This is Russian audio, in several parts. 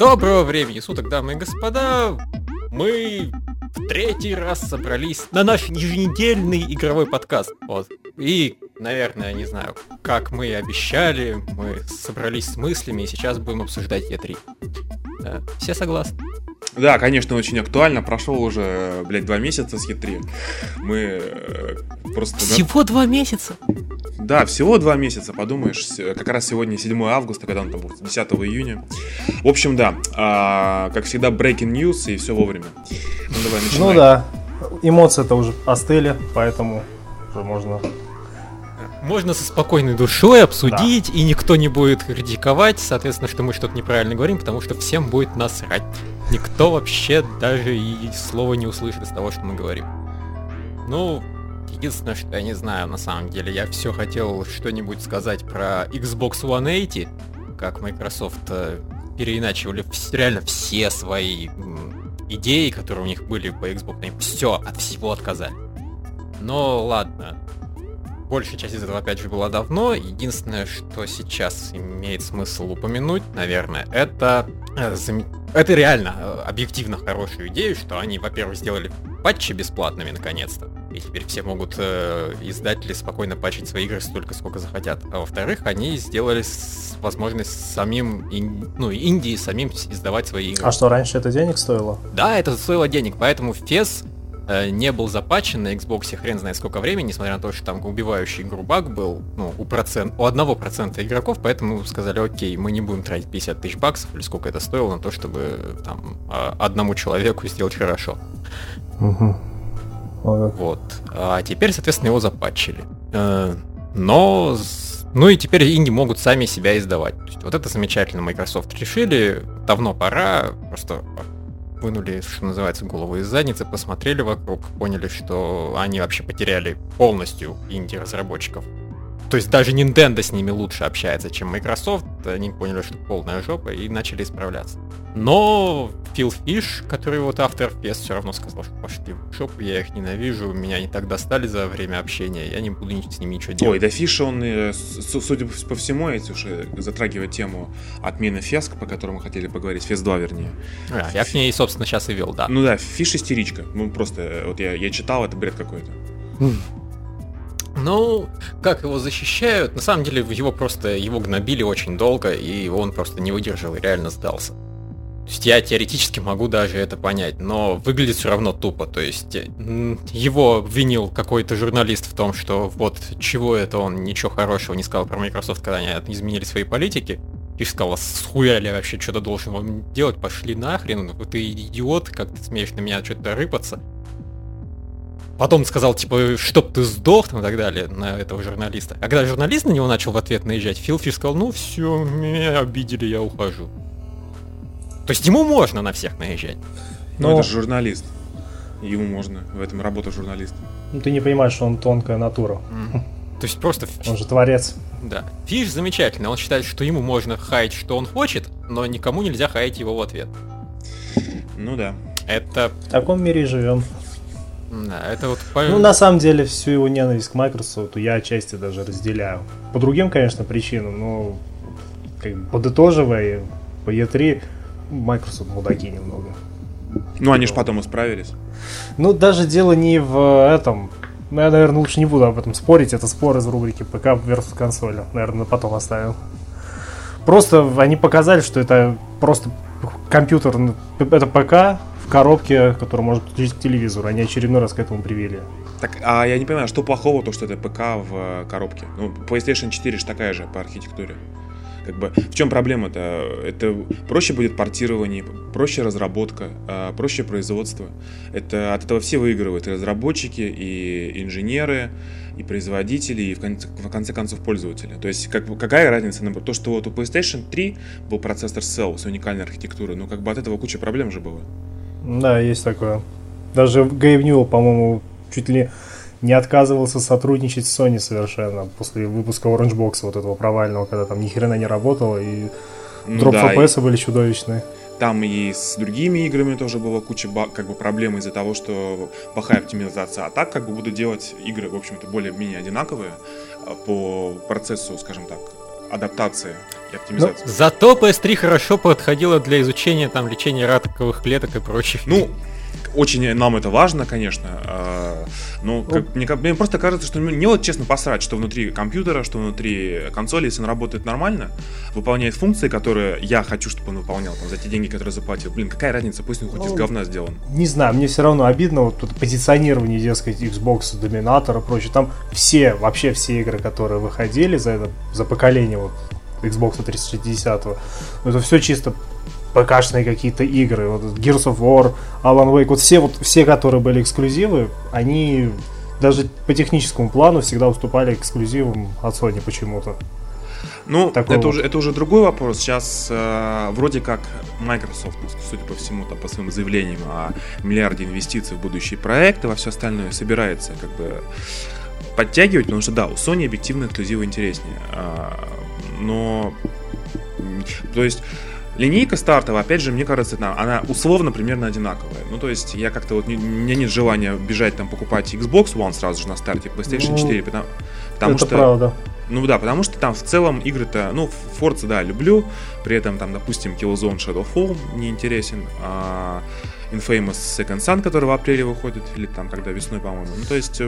Доброго времени суток, дамы и господа! Мы в третий раз собрались на наш еженедельный игровой подкаст. Вот. И, наверное, не знаю, как мы и обещали, мы собрались с мыслями и сейчас будем обсуждать E3. Все согласны? Да, конечно, очень актуально. Прошло уже, 2 месяца с E3. Мы просто... Всего 2 месяца? Да, всего 2 месяца, подумаешь. Как раз сегодня 7 августа, когда он там будет, 10 июня. В общем, да, как всегда, breaking news и все вовремя. Ну, давай, начинай. Ну да, эмоции-то уже остыли, поэтому уже можно... Можно со спокойной душой обсудить, да. И никто не будет критиковать, соответственно, что мы что-то неправильно говорим, потому что всем будет насрать. Никто вообще даже и слова не услышит из того, что мы говорим. Ну, единственное, что я не знаю, на самом деле, я все хотел что-нибудь сказать про Xbox One 80, как Microsoft переиначивали реально все свои идеи, которые у них были по Xbox, они все, от всего отказали. Но ладно. Большая часть из этого, опять же, была давно. Единственное, что сейчас имеет смысл упомянуть, наверное, это реально объективно хорошую идею, что они, во-первых, сделали патчи бесплатными, наконец-то. И теперь все могут, издатели, спокойно патчить свои игры столько, сколько захотят. А во-вторых, они сделали возможность самим, Индии самим издавать свои игры. А что, раньше это денег стоило? Да, это стоило денег, поэтому FES не был запатчен на Xbox хрен знает сколько времени, несмотря на то, что там убивающий игру баг был, у 1% игроков, поэтому сказали, окей, мы не будем тратить 50 тысяч баксов, или сколько это стоило на то, чтобы там одному человеку сделать хорошо. Угу. Вот. А теперь, соответственно, его запатчили. И теперь инди могут сами себя издавать. То есть, вот это замечательно Microsoft решили, давно пора, просто... вынули, что называется, голову из задницы, посмотрели вокруг, поняли, что они вообще потеряли полностью инди-разработчиков. То есть даже Nintendo с ними лучше общается, чем Microsoft. Они поняли, что полная жопа, и начали исправляться. Но Фил Фиш, который вот автор PES, все равно сказал, что пошли в жопу, я их ненавижу, меня они так достали за время общения, я не буду с ними ничего делать. Ой, да Фиш, он, судя по всему, если уж затрагивать тему отмены FES, по которой мы хотели поговорить, FES 2, вернее. Я к ней, собственно, сейчас и вел, да. Ну да, Фиш истеричка. Ну просто, вот я читал, это бред какой-то. Ну, как его защищают? На самом деле его гнобили очень долго, и он просто не выдержал и реально сдался. То есть я теоретически могу даже это понять, но выглядит все равно тупо. То есть его обвинил какой-то журналист в том, что вот чего это он ничего хорошего не сказал про Microsoft, когда они изменили свои политики. И сказал, схуя ли вообще что-то должен вам делать, пошли нахрен, ты идиот, как ты смеешь на меня что-то рыпаться. Потом сказал, типа, чтоб ты сдох, и так далее, на этого журналиста. А когда журналист на него начал в ответ наезжать, Фил Фиш сказал, ну все, меня обидели, я ухожу. То есть ему можно на всех наезжать. Но это же журналист. Ему можно, в этом работа журналиста. Ну ты не понимаешь, что он тонкая натура. То есть просто... Он же творец. Да. Фиш замечательный, он считает, что ему можно хаять, что он хочет, но никому нельзя хаять его в ответ. Ну да. Это... В таком мире живем. Да, это вот... Ну, на самом деле, всю его ненависть к Microsoft я отчасти даже разделяю. По другим, конечно, причинам, но подытоживая по E3, Microsoft мудаки немного. Ну, они же потом исправились. Ну, даже дело не в этом. Ну, я, наверное, лучше не буду об этом спорить. Это спор из рубрики ПК versus консоли. Наверное, потом оставил. Просто они показали, что это просто компьютер, это ПК в коробке, которую можно подключить к телевизору. Они очередной раз к этому привели. Так, а я не понимаю, что плохого то, что это ПК в коробке? Ну, PlayStation 4 же такая же по архитектуре. Как бы, в чем проблема-то? Это проще будет портирование, проще разработка, проще производство. Это, от этого все выигрывают. И разработчики, и инженеры, и производители, и в конце концов пользователи. То есть какая разница? То, что вот у PlayStation 3 был процессор Cell с уникальной архитектурой, ну как бы от этого куча проблем же было. Да, есть такое. Даже Гейб Ньюэлл, по-моему, чуть ли не отказывался сотрудничать с Sony совершенно после выпуска Orange Box вот этого провального, когда там ни хрена не работало и дроп FPS были чудовищные. Там и с другими играми тоже была куча проблем из-за того, что плохая оптимизация. А так буду делать игры, в общем-то, более-менее одинаковые по процессу, скажем так, адаптации и оптимизации. Зато PS3 хорошо подходила для изучения там лечения раковых клеток и прочих. Ну, очень нам это важно, конечно. Но мне просто кажется, что мне вот честно посрать, что внутри компьютера, что внутри консоли, если он работает нормально, выполняет функции, которые я хочу, чтобы он выполнял, там, за те деньги, которые заплатил. Блин, какая разница, пусть он хоть из говна сделан. Не знаю, мне все равно обидно вот тут позиционирование, дескать, Xbox Доминатор и прочее. Там вообще все игры, которые выходили за поколение вот Xbox 360, это все чисто ПК-шные какие-то игры, вот Gears of War, Alan Wake, вот все, которые были эксклюзивы, они даже по техническому плану всегда уступали эксклюзивам от Sony почему-то. Ну, это уже другой вопрос. Сейчас вроде как Microsoft, судя по всему, там, по своим заявлениям о миллиарде инвестиций в будущие проекты, во все остальное собирается как бы подтягивать, потому что да, у Sony объективно эксклюзивы интереснее. Но, то есть линейка стартовая, опять же, мне кажется, она условно примерно одинаковая. Ну, то есть, я как-то вот, у меня нет желания бежать там покупать Xbox One сразу же на старте, PlayStation 4, потому это что... правда. Ну да, потому что там в целом игры-то, ну, Forza, да, люблю, при этом там, допустим, Killzone Shadowfall не интересен, а Infamous Second Son, который в апреле выходит, или там, когда весной, по-моему. Ну, то есть...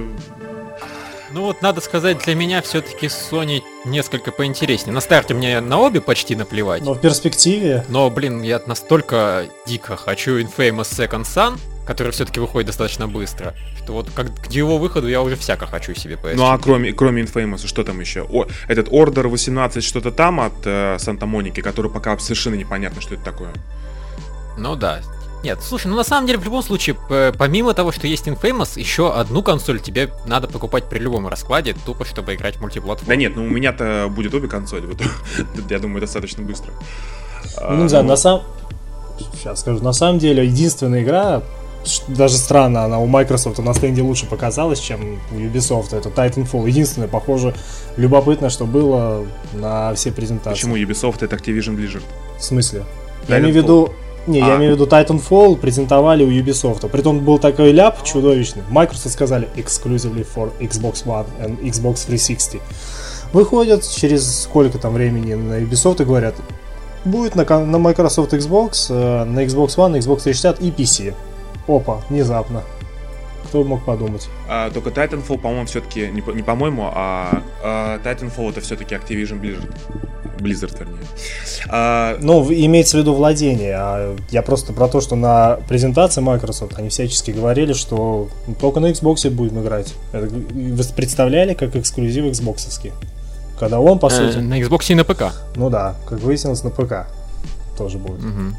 Ну вот, надо сказать, для меня все-таки Sony несколько поинтереснее. На старте мне на обе почти наплевать. Но в перспективе... Но, блин, я настолько дико хочу Infamous Second Son, который все-таки выходит достаточно быстро, что вот к его выходу я уже всяко хочу себе PS4. Ну а кроме Infamous, что там еще? Этот Order 18 что-то там от Санта-Моники, который пока совершенно непонятно, что это такое. Ну да. Нет, слушай, ну на самом деле в любом случае, помимо того, что есть Infamous, еще одну консоль тебе надо покупать при любом раскладе, тупо чтобы играть в мультиплатформу. Да нет, ну у меня-то будет обе консоли, вот, я думаю, достаточно быстро. Ну не знаю, сейчас скажу, на самом деле единственная игра, даже странно, она у Microsoft на стенде лучше показалась, чем у Ubisoft, это Titanfall. Единственное, похоже, любопытно, что было на все презентации. Почему Ubisoft это Activision Blizzard? В смысле? Я имею в виду... я имею в виду Titanfall презентовали у Ubisoft. Притом был такой ляп чудовищный. Microsoft сказали exclusively for Xbox One and Xbox 360. Выходят через сколько там времени на Ubisoft и говорят, будет на Microsoft Xbox, на Xbox One, Xbox 360 и PC. Опа, внезапно. Кто мог подумать? Только Titanfall, по-моему, все-таки, не по-моему, Titanfall это все-таки Activision Blizzard, вернее. Ну, имеется в виду владение. Я просто про то, что на презентации Microsoft они всячески говорили, что только на Xbox будем играть. Это представляли как эксклюзив Xbox-овский. Когда он, по сути... На Xbox и на ПК. Ну да, как выяснилось, на ПК тоже будет. Угу.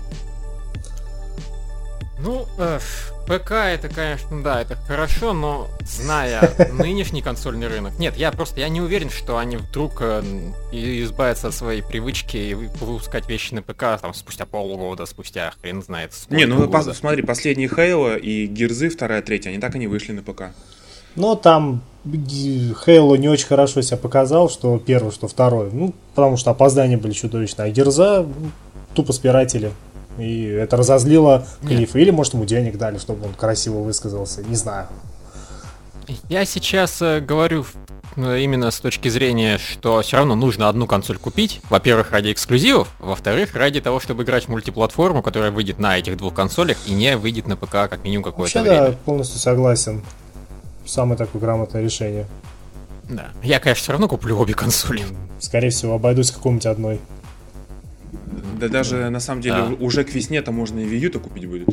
Ну, ПК это, конечно, да, это хорошо, но зная нынешний консольный рынок, нет, я не уверен, что они вдруг избавятся от своей привычки и выпускать вещи на ПК там спустя полгода, спустя хрен знает сколько. Не, ну смотри, последние Halo и Гирзы 2, 3, они так и не вышли на ПК. Но там Halo не очень хорошо себя показал, что первый, что второй. Ну, потому что опоздания были чудовищные, а Гирза тупо спиратели. И это разозлило Клиффа. Или, может, ему денег дали, чтобы он красиво высказался. Не знаю. Я сейчас говорю именно с точки зрения, что все равно нужно одну консоль купить. Во-первых, ради эксклюзивов. Во-вторых, ради того, чтобы играть в мультиплатформу, которая выйдет на этих двух консолях и не выйдет на ПК как минимум какое-то время. Да, полностью согласен. Самое такое грамотное решение. Да. Я, конечно, все равно куплю обе консоли. Скорее всего, обойдусь какой-нибудь одной. Да даже на самом деле уже к весне-то можно и Wii U-то купить будет.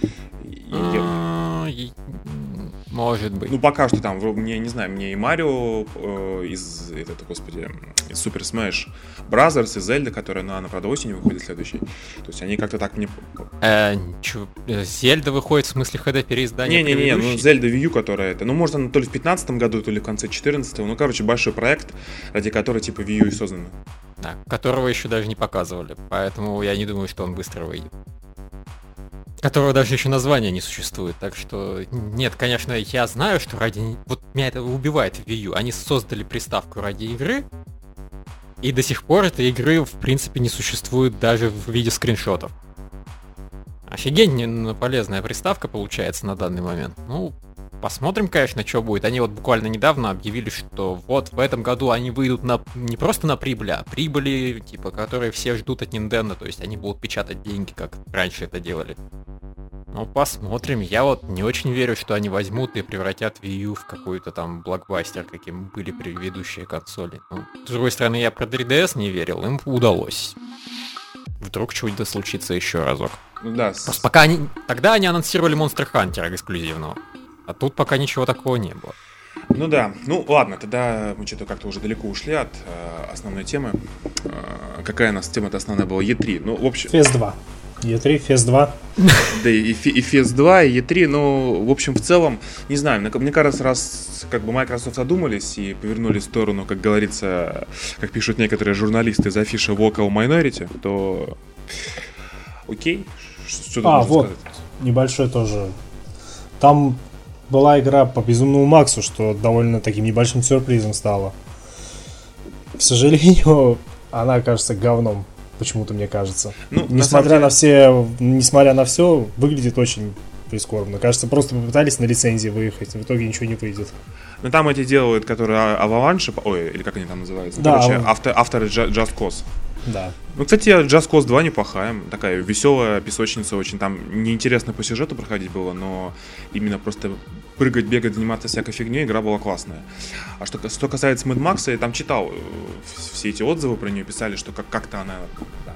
Может быть. Ну пока что там, мне не знаю, мне и Марио из Super Smash Bros. И Зельда, которая на правда осенью выходит следующей. То есть они как-то так мне... Зельда выходит в смысле HD переиздания? Не, ну Зельда Wii U, которая это... Ну может она то ли в 15 году, то ли в конце 14-го. Ну короче, большой проект, ради которого типа Wii U и создано. Да, которого еще даже не показывали, поэтому я не думаю, что он быстро выйдет. Которого даже еще названия не существует, так что... Нет, конечно, я знаю, что ради... Вот меня это убивает в Wii U. Они создали приставку ради игры, и до сих пор этой игры, в принципе, не существует даже в виде скриншотов. Офигенно полезная приставка получается на данный момент. Ну, посмотрим, конечно, что будет. Они вот буквально недавно объявили, что вот в этом году они выйдут на не просто на прибыль, а прибыли, типа, которые все ждут от Nintendo, то есть они будут печатать деньги, как раньше это делали. Ну, посмотрим. Я вот не очень верю, что они возьмут и превратят Wii U в какой-то там блокбастер, каким были предыдущие консоли. Ну, с другой стороны, я про 3DS не верил, им удалось. Вдруг чего-то случится еще разок. Ну да. Просто пока они... Тогда они анонсировали Monster Hunter эксклюзивного. А тут пока ничего такого не было. Ну да. Ну ладно, тогда мы что-то как-то уже далеко ушли от основной темы. Какая у нас тема-то основная была? E3. Ну, в общем... Фест 2. E3, Фест 2. Да, и Фест 2, и E3, ну, в общем, в целом, не знаю, мне кажется, раз как бы Microsoft задумались и повернули в сторону, как говорится, как пишут некоторые журналисты из афиши Vocal Minority, то окей, что тут можно вот, сказать? Небольшой тоже. Там была игра по Безумному Максу, что довольно таким небольшим сюрпризом стало. К сожалению, она кажется говном. Почему-то мне кажется. Ну, несмотря на все, выглядит очень прискорбно. Кажется, просто попытались на лицензии выехать, в итоге ничего не выйдет. Ну там эти делают, которые Avalanche, ой, или как они там называются. Да, короче, авторы Just Cause. Да. Ну, кстати, Just Cause 2 неплохая. Такая веселая песочница, очень там неинтересно по сюжету проходить было, но именно просто прыгать, бегать, заниматься всякой фигней, игра была классная. А что касается Mad Max, я там читал все эти отзывы про нее, писали, что как-то она... Да,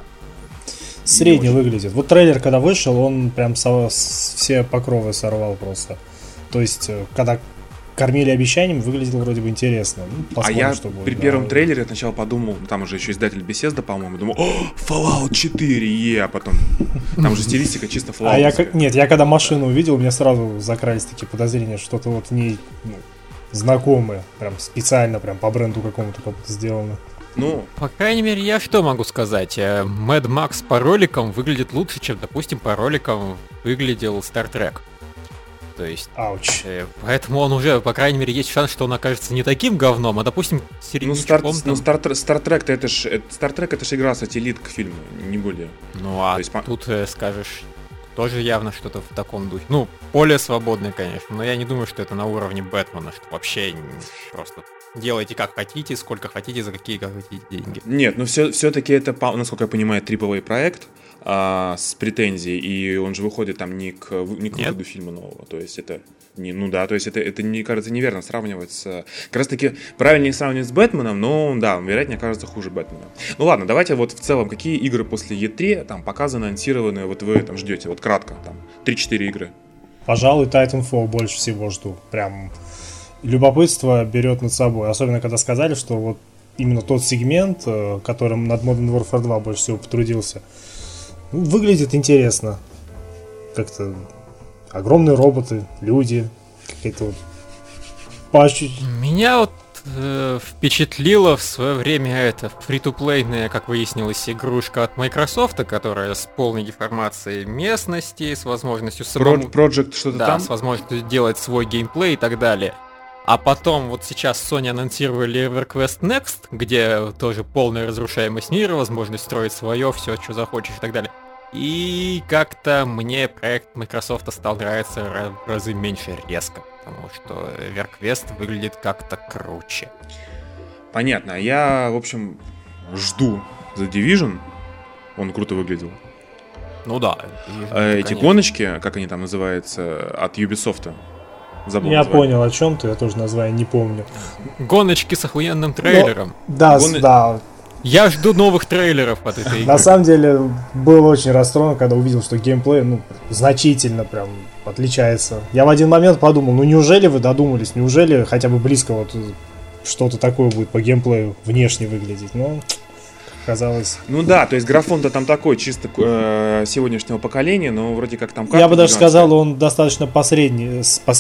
средне выглядит. Вот трейлер, когда вышел, он прям все покровы сорвал просто. То есть, когда кормили обещаниями, выглядело вроде бы интересно. Ну, а я что будет, при первом трейлере сначала подумал, там уже еще издатель Bethesda, по-моему, думал, Fallout 4, а потом там же стилистика чисто Fallout. Я когда машину увидел, у меня сразу закрались такие подозрения, что-то вот в ней знакомое, прям специально, прям по бренду какому-то как будто сделано. Ну, по крайней мере, я что могу сказать? Mad Max по роликам выглядит лучше, чем, допустим, по роликам выглядел Star Trek. То есть, поэтому он уже, по крайней мере, есть шанс, что он окажется не таким говном, а, допустим, середнячком. Star Trek это же игра сателлит к фильму, не более. Ну а есть, тут скажешь, тоже явно что-то в таком духе. Ну, более свободное, конечно, но я не думаю, что это на уровне Бэтмена, что вообще просто делайте как хотите, сколько хотите, за какие хотите деньги. Нет, ну все-таки это, насколько я понимаю, AAA проект с претензией, и он же выходит там не к выходу фильма нового, то есть это то есть это мне кажется неверно сравнивать с, как раз таки правильнее сравнивать с Бэтменом, но да, вероятнее кажется хуже Бэтмена. Ну ладно, давайте вот в целом, какие игры после E3 там показаны, анонсированы, вот вы там ждете, вот кратко, там 3-4 игры. Пожалуй, Titanfall больше всего жду, прям любопытство берет над собой, особенно когда сказали, что вот именно тот сегмент, которым над Modern Warfare 2 больше всего потрудился, выглядит интересно. Как-то огромные роботы, люди, какие-то вот Меня вот впечатлила в свое время эта фри-то-плейная, как выяснилось, игрушка от Microsoft, которая с полной деформацией местности, с возможностью Project что-то там? Да, с возможностью делать свой геймплей и так далее. А потом вот сейчас Sony анонсировали EverQuest Next, где тоже полная разрушаемость мира, возможность строить свое, все, что захочешь и так далее. И как-то мне проект Microsoft стал нравиться в разы меньше резко, потому что EverQuest выглядит как-то круче. Понятно. Я, в общем, жду The Division. Он круто выглядел. Ну да. Эти гоночки, как они там называются, от Ubisoft. Забыл я название. Понял, о чем ты, я тоже название не помню. Гоночки с охуенным трейлером. Да. Я жду новых трейлеров от этой игры. На самом деле, был очень расстроен, когда увидел, что геймплей, значительно прям отличается. Я в один момент подумал, неужели вы додумались, неужели хотя бы близко вот что-то такое будет по геймплею внешне выглядеть, но казалось... Ну да, то есть графон-то там такой, чисто сегодняшнего поколения, но вроде как там... Я бы даже сказал, он достаточно посредственный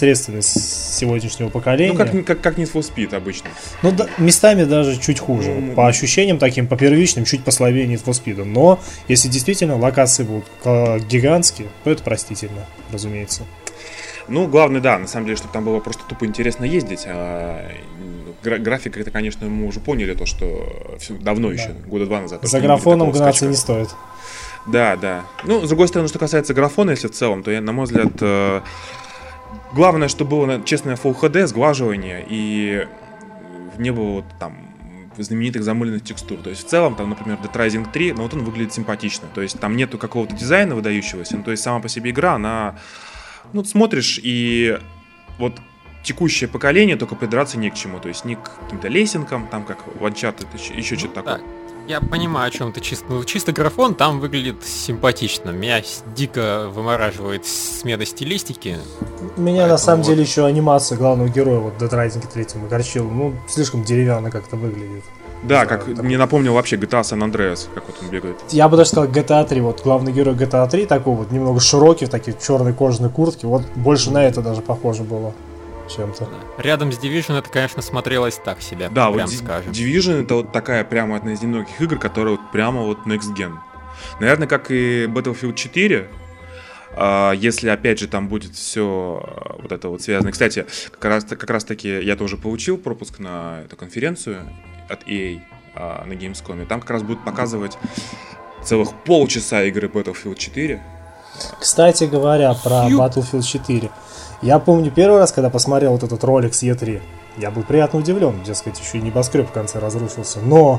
с сегодняшнего поколения. Ну как Need for Speed обычно. Ну да, местами даже чуть хуже. По ощущениям таким, по первичным, чуть послабее Need for Speed. Но если действительно локации будут гигантские, то это простительно, разумеется. Ну, главное, да, на самом деле, чтобы там было просто тупо интересно ездить. Графика, это, конечно, мы уже поняли, то, что давно еще, года 2 назад. За графоном гнаться не стоит. Да. Ну, с другой стороны, что касается графона, если в целом, то, на мой взгляд, Главное, чтобы было честное Full HD, сглаживание, и не было вот там знаменитых замыленных текстур. То есть в целом, там, например, Dead Rising 3, но вот он выглядит симпатично. То есть там нету какого-то дизайна выдающегося, то есть сама по себе игра, она... Ну, смотришь, и вот текущее поколение только придраться не к чему. То есть не к каким-то лесенкам, там как в Uncharted, еще что-то такое. Я понимаю, о чем ты чисто графон там выглядит симпатично. Меня дико вымораживает смена стилистики. Меня на самом деле еще анимация главного героя вот Dead Rising 3 огорчила. Ну, слишком деревянно как-то выглядит. Да, как мне напомнил вообще GTA San Andreas, как вот он бегает. Я бы даже сказал GTA 3, вот главный герой GTA 3 такой вот немного широкий, в таких черной кожаной куртке, вот больше на это даже похоже было чем-то. Рядом с Division это, конечно, смотрелось так себе, да, прям вот скажем. Division это вот такая прямо одна из немногих игр, которая вот прямо вот next gen. Наверное, как и Battlefield 4, если, опять же, там будет все вот это вот связано. Кстати, как раз таки я тоже получил пропуск на эту конференцию от EA на Gamescom. Там как раз будут показывать целых полчаса игры Battlefield 4. Кстати говоря, про Battlefield 4. Я помню первый раз, когда посмотрел вот этот ролик с E3, я был приятно удивлен. Дескать, еще и небоскреб в конце разрушился. Но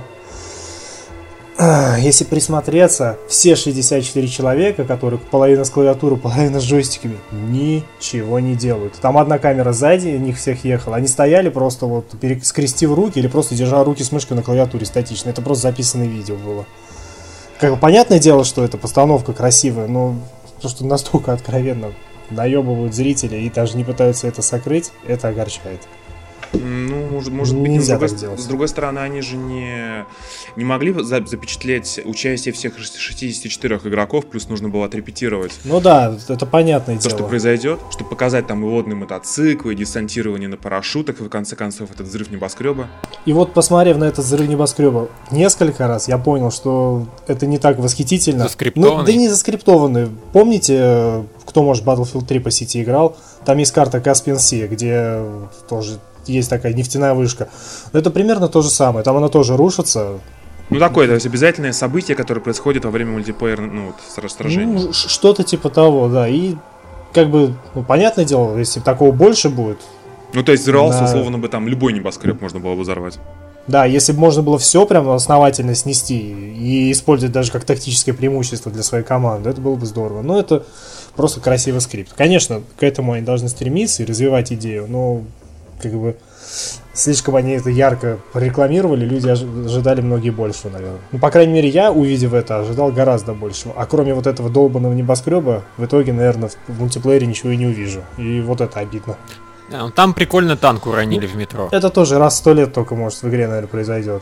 если присмотреться, все 64 человека, которые половина с клавиатурой, половина с джойстиками, ничего не делают. Там одна камера сзади них всех ехала. Они стояли просто вот скрестив руки или просто держа руки с мышкой на клавиатуре статично. Это просто записанное видео было. Как бы понятное дело, что это постановка красивая, но то, что настолько откровенно наебывают зрителей и даже не пытаются это сокрыть, это огорчает. Ну, может быть, с другой стороны, они же не могли запечатлеть участие всех 64 игроков, плюс нужно было отрепетировать. Ну да, это понятное дело. То, что произойдет, чтобы показать там и водные мотоциклы, и десантирование на парашютах, и в конце концов этот взрыв небоскреба. И вот, посмотрев на этот взрыв небоскреба несколько раз, я понял, что это не так восхитительно. Заскриптованный? Ну, да не заскриптованный. Помните, кто, может, Battlefield 3 по сети играл? Там есть карта Caspian Sea, где тоже есть такая нефтяная вышка. Но это примерно то же самое. Там она тоже рушится. Ну, такое, то есть обязательное событие, которое происходит во время мультиплеера, ну, вот, сражения. Ну, что-то типа того, да. И, как бы, ну, понятное дело, если такого больше будет. Ну, то есть взрывался, условно бы, там любой небоскреб можно было бы взорвать. Да, если бы можно было все прям основательно снести и использовать даже как тактическое преимущество для своей команды, это было бы здорово. Но это просто красивый скрипт. Конечно, к этому они должны стремиться и развивать идею, но как бы слишком они это ярко рекламировали, люди ожидали многие большего, наверное. Ну, по крайней мере, я, увидев это, ожидал гораздо большего. А кроме вот этого долбанного небоскреба, в итоге, наверное, в мультиплеере ничего и не увижу. И вот это обидно. Там прикольно танк уронили в метро. Это тоже раз в 100 лет только, может, в игре, наверное, произойдет.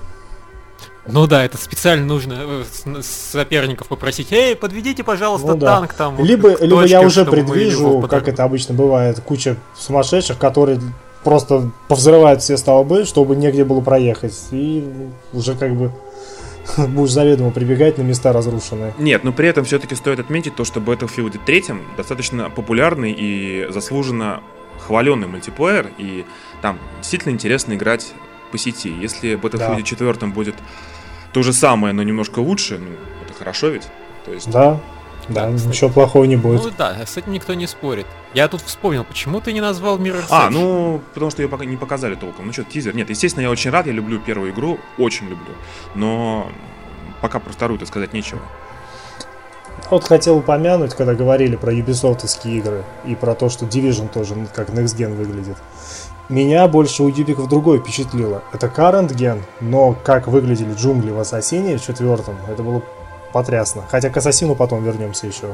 Ну да, это специально нужно соперников попросить: эй, подведите, пожалуйста, ну, да. танк там. Либо я уже предвижу, как это обычно бывает, куча сумасшедших, которые просто повзрывают все столбы, чтобы негде было проехать. И уже как бы будешь заведомо прибегать на места разрушенные. Нет, но при этом все-таки стоит отметить то, что Battlefield 3 достаточно популярный и заслуженно хваленный мультиплеер, и там действительно интересно играть по сети. Если в Battlefield 4 будет то же самое, но немножко лучше, ну, это хорошо ведь? То есть... Да, ничего плохого не будет. Ну да, с этим никто не спорит. Я тут вспомнил, почему ты не назвал Mirror's А, Edge? ну, потому что ее пока не показали толком. Ну что, тизер? Нет, естественно, я очень рад, я люблю первую игру, очень люблю. Но пока про вторую-то сказать нечего. Вот хотел упомянуть, когда говорили про Ubisoft'овские игры и про то, что Division тоже как Next Gen выглядит. Меня больше у Юбиков другое впечатлило. Это Current Gen, но как выглядели джунгли в Ассасине 4, это было потрясно. Хотя к Ассасину потом вернемся еще.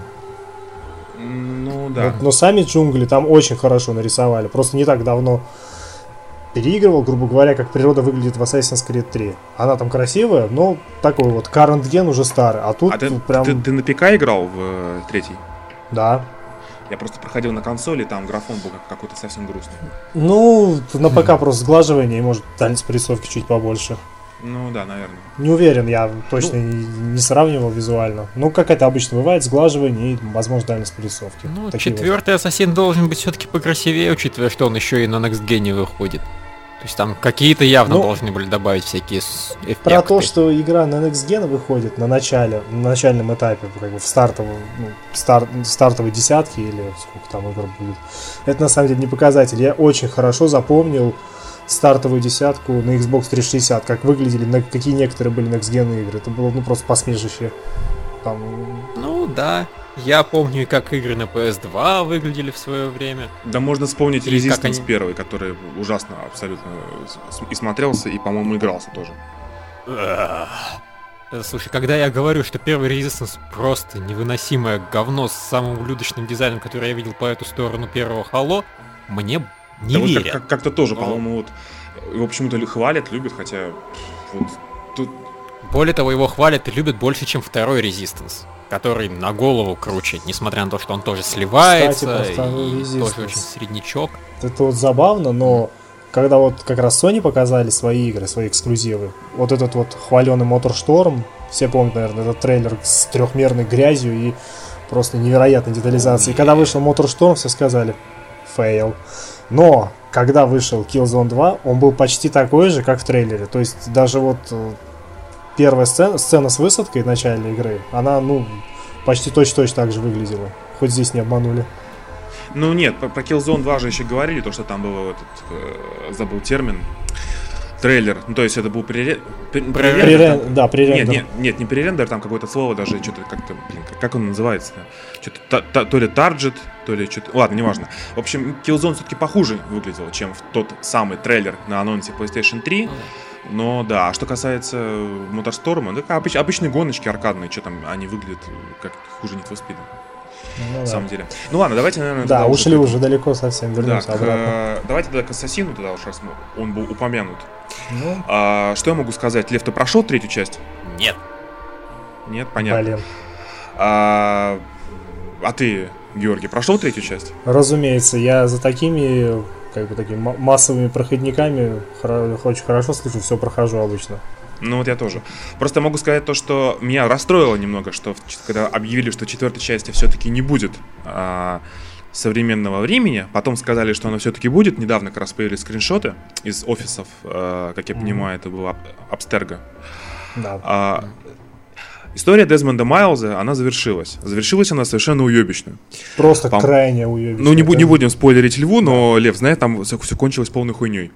Ну да. Но сами джунгли там очень хорошо нарисовали. Просто не так давно переигрывал, грубо говоря, как природа выглядит в Assassin's Creed 3. Она там красивая, но такой вот Current Gen уже старый. А тут прям... ты на ПК играл в третий? Да. Я просто проходил на консоли, там графон был какой-то совсем грустный. Ну, на ПК просто сглаживание и, может, дальность прорисовки чуть побольше. Ну да, наверное. Не уверен, я точно не сравнивал визуально. Ну, как это обычно бывает, сглаживание и, возможно, дальность прорисовки. Ну, четвертый Ассасин должен быть все-таки покрасивее, учитывая, что он еще и на Next Gen выходит. То есть там какие-то явно должны были добавить всякие эффекты. Про то, что игра на Next Gen выходит на начальном этапе, как бы в стартовой десятке или сколько там игр будет, это на самом деле не показатель. Я очень хорошо запомнил стартовую десятку на Xbox 360, как выглядели, какие некоторые были Next Gen игры. Это было просто посмешище. Там... Ну да. Я помню, как игры на PS2 выглядели в свое время. Да можно вспомнить Resistance первый, который ужасно абсолютно и смотрелся, и, по-моему, игрался тоже. Слушай, когда я говорю, что первый Resistance просто невыносимое говно с самым ублюдочным дизайном, который я видел по эту сторону первого Halo, мне не верят. Вот как-то тоже, по-моему, вот его почему-то хвалят, любят, хотя вот тут... Более того, его хвалят и любят больше, чем второй Resistance, который на голову круче, несмотря на то, что он тоже сливается. Кстати, и тоже очень среднячок. Это вот забавно, но когда вот как раз Sony показали свои игры, свои эксклюзивы, вот этот вот хваленый MotorStorm, все помнят, наверное, этот трейлер с трехмерной грязью и просто невероятной детализацией. Когда вышел MotorStorm, все сказали «фейл». Но когда вышел Killzone 2, он был почти такой же, как в трейлере. То есть даже вот первая сцена с высадкой начальной игры, она, почти точно так же выглядела. Хоть здесь не обманули. Ну нет, про Killzone 2 же еще говорили, то, что там был забыл термин, трейлер. Ну то есть это был пререндер. Да, пререндер. Нет, не пререндер, там какое-то слово даже, что-то как-то, как он называется? Что-то то ли тарджет, то ли что-то... Ладно, неважно. В общем, Killzone все-таки похуже выглядел, чем в тот самый трейлер на анонсе PlayStation 3. Но да, а что касается MotorStorm, это обычные гоночки аркадные, что там, они выглядят как хуже Need for Speed. На самом деле. Ну ладно, давайте, наверное... Да, ушли уже далеко совсем, вернемся обратно. Давайте тогда к Ассасину, тогда уж раз он был упомянут. Что я могу сказать? Лев, ты прошел третью часть? Нет. Нет, понятно. Блин. А ты, Георгий, прошел третью часть? Разумеется, я за такими массовыми проходниками очень хорошо слышу, все прохожу обычно. Ну вот я тоже. Просто могу сказать то, что меня расстроило немного, что когда объявили, что в четвертой части все-таки не будет современного времени, потом сказали, что оно все-таки будет. Недавно как раз появились скриншоты из офисов, как я понимаю, это было Абстерго. Да. История Дезмонда Майлза, она завершилась. Завершилась она совершенно уебищно. Просто крайне уебищно. Ну, не будем спойлерить Льву, но Лев знает, там все кончилось полной хуйней.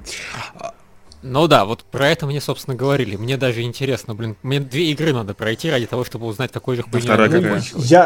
Ну да, вот про это мне, собственно, говорили. Мне даже интересно, мне 2 игры надо пройти ради того, чтобы узнать, какой же хуйня. Вторая какая?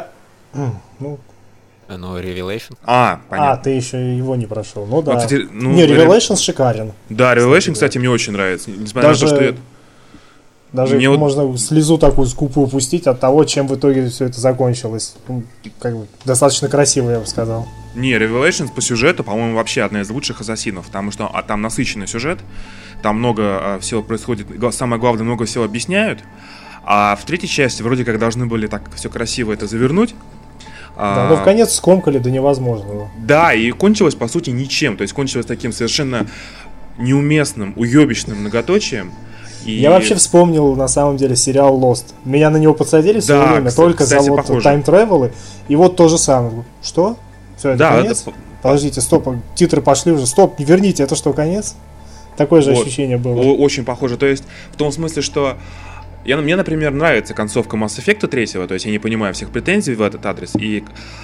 Revelation. Понятно. Ты еще его не прошел. Ну да. Кстати, Revelation шикарен. Да, Revelation, кстати, мне очень нравится. Несмотря на то, что даже можно слезу такую скупую пустить от того, чем в итоге все это закончилось. Достаточно красиво, я бы сказал. Не, Revelations по сюжету, по-моему, вообще одна из лучших ассасинов, потому что там насыщенный сюжет, там много всего происходит, самое главное, много всего объясняют, а в третьей части вроде как должны были так все красиво это завернуть. Да, но в конец скомкали до невозможного. Да, и кончилось, по сути, ничем, то есть кончилось таким совершенно неуместным, уебищным многоточием. Я вообще вспомнил, на самом деле, сериал Lost. Меня на него подсадили в свое время только за тайм-тревелы. И вот то же самое. Что? Все, это конец? Подождите, стоп, титры пошли уже. Стоп, верните, это что, конец? Такое же ощущение было. Очень похоже. То есть, в том смысле, что мне, например, нравится концовка Mass Effect 3, то есть я не понимаю всех претензий в этот адрес. И...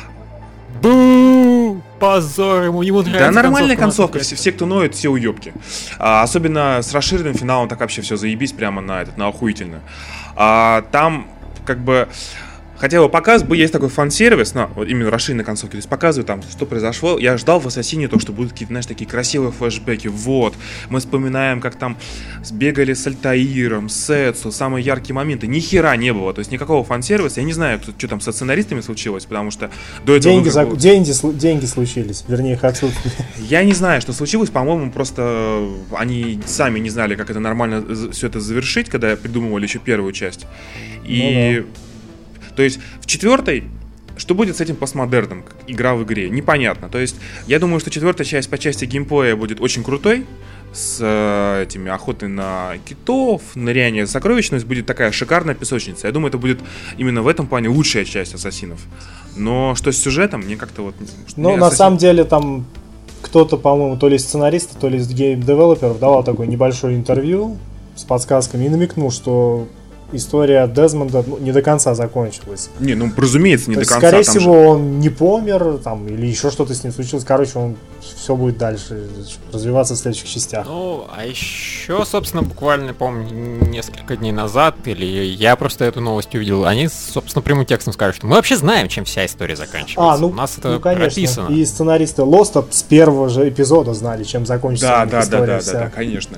Позор, ему нравится. Да, нормальная концовка, все, кто ноет, все уебки. Особенно с расширенным финалом, так вообще все заебись прямо на охуительно. Там как бы... Хотя его показывают, есть такой фан-сервис, вот именно расширенной концовки, то есть показывают там, что произошло. Я ждал в Ассасине то, что будут какие-то, знаешь, такие красивые флешбеки. Вот, мы вспоминаем, как там сбегали с Альтаиром, с Эцу, самые яркие моменты. Ни хера не было, то есть никакого фан-сервиса. Я не знаю, что там со сценаристами случилось, потому что до этого... Деньги случились, вернее, их отсутствие. Я не знаю, что случилось, по-моему, просто они сами не знали, как это нормально все это завершить, когда придумывали еще первую часть. И... То есть в четвертой, что будет с этим постмодерном, игра в игре, непонятно. То есть я думаю, что четвертая часть по части геймплея будет очень крутой, с этими охотой на китов, ныряние в сокровищность, будет такая шикарная песочница. Я думаю, это будет именно в этом плане лучшая часть Ассасинов. Но что с сюжетом, мне как-то вот... Ну, на самом деле там кто-то, по-моему, то ли из сценаристов, то ли из гейм-девелоперов давал такое небольшое интервью с подсказками и намекнул, что история Дезмонда не до конца закончилась. Не, ну, разумеется, не то до есть, конца. скорее всего, он не помер, там, или еще что-то с ним случилось. Короче, он все будет дальше развиваться в следующих частях. Ну, а еще, собственно, буквально, помню, несколько дней назад, или я просто эту новость увидел, они, собственно, прямым текстом скажут, что мы вообще знаем, чем вся история заканчивается. У нас это прописано. И сценаристы Лоста с первого же эпизода знали, чем закончится история. Да, конечно.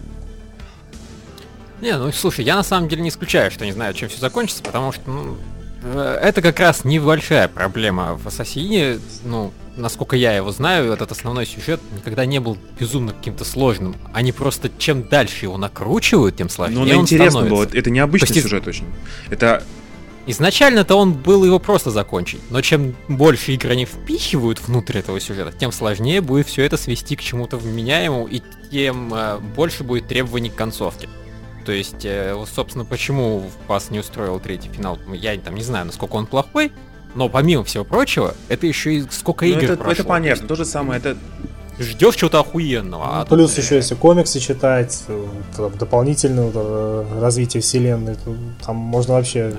Не, ну слушай, я на самом деле не исключаю, что не знаю, чем все закончится, потому что, это как раз небольшая проблема в Ассасине. Ну, насколько я его знаю, этот основной сюжет никогда не был безумно каким-то сложным. Они просто чем дальше его накручивают, тем сложнее он интересно становится. было, это необычный сюжет очень. Это... Изначально-то он был его просто закончить, но чем больше игр они впихивают внутрь этого сюжета, тем сложнее будет все это свести к чему-то вменяемому, и тем больше будет требований к концовке. То есть, собственно, почему вас не устроил третий финал, я там не знаю, насколько он плохой, но помимо всего прочего, это еще и сколько игр прошло. Это понятно, то же самое, это... Ждешь чего-то охуенного. Плюс еще если комиксы читать, дополнительное развитие вселенной, там можно вообще...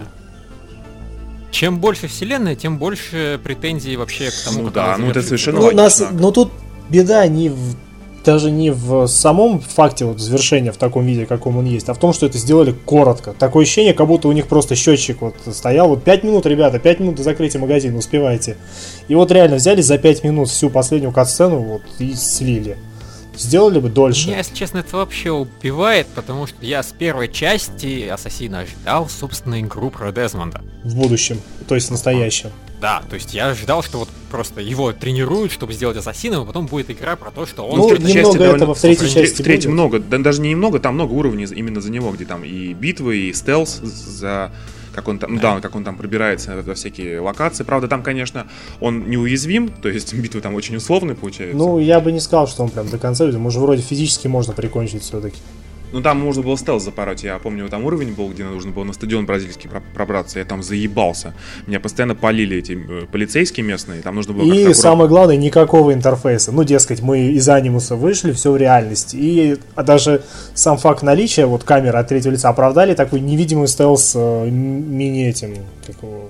Чем больше вселенная, тем больше претензий вообще к тому, как это совершенно логично. Но тут беда даже не в самом факте вот завершения в таком виде, каком он есть, а в том, что это сделали коротко. Такое ощущение, как будто у них просто счетчик вот стоял. Вот 5 минут, ребята, 5 минут до закрытия магазина, успевайте. И вот реально взяли за 5 минут всю последнюю катсцену вот и слили. Сделали бы дольше. Меня, если честно, это вообще убивает, потому что я с первой части Ассасина ждал, собственно, игру про Дезмонда. В будущем, то есть в настоящем. Да, то есть я ожидал, что вот просто его тренируют, чтобы сделать Ассасином, а потом будет игра про то, что он... Ну, немного этого в третьей части в третьей много, даже не немного, там много уровней именно за него, где там и битвы, и стелс за... Как он там пробирается во всякие локации. Правда, там, конечно, он неуязвим, то есть битвы там очень условные получаются. Ну, я бы не сказал, что он прям до конца, может, вроде физически можно прикончить все-таки. Ну, там можно было стелс запороть. Я помню, там уровень был, где нужно было на стадион бразильский пробраться. Я там заебался. Меня постоянно полили эти полицейские местные. Там нужно было и самое главное, никакого интерфейса. Ну, дескать, мы из анимуса вышли, все в реальности. И даже сам факт наличия вот камеры от третьего лица оправдали такой невидимый стелс мини этим, как его...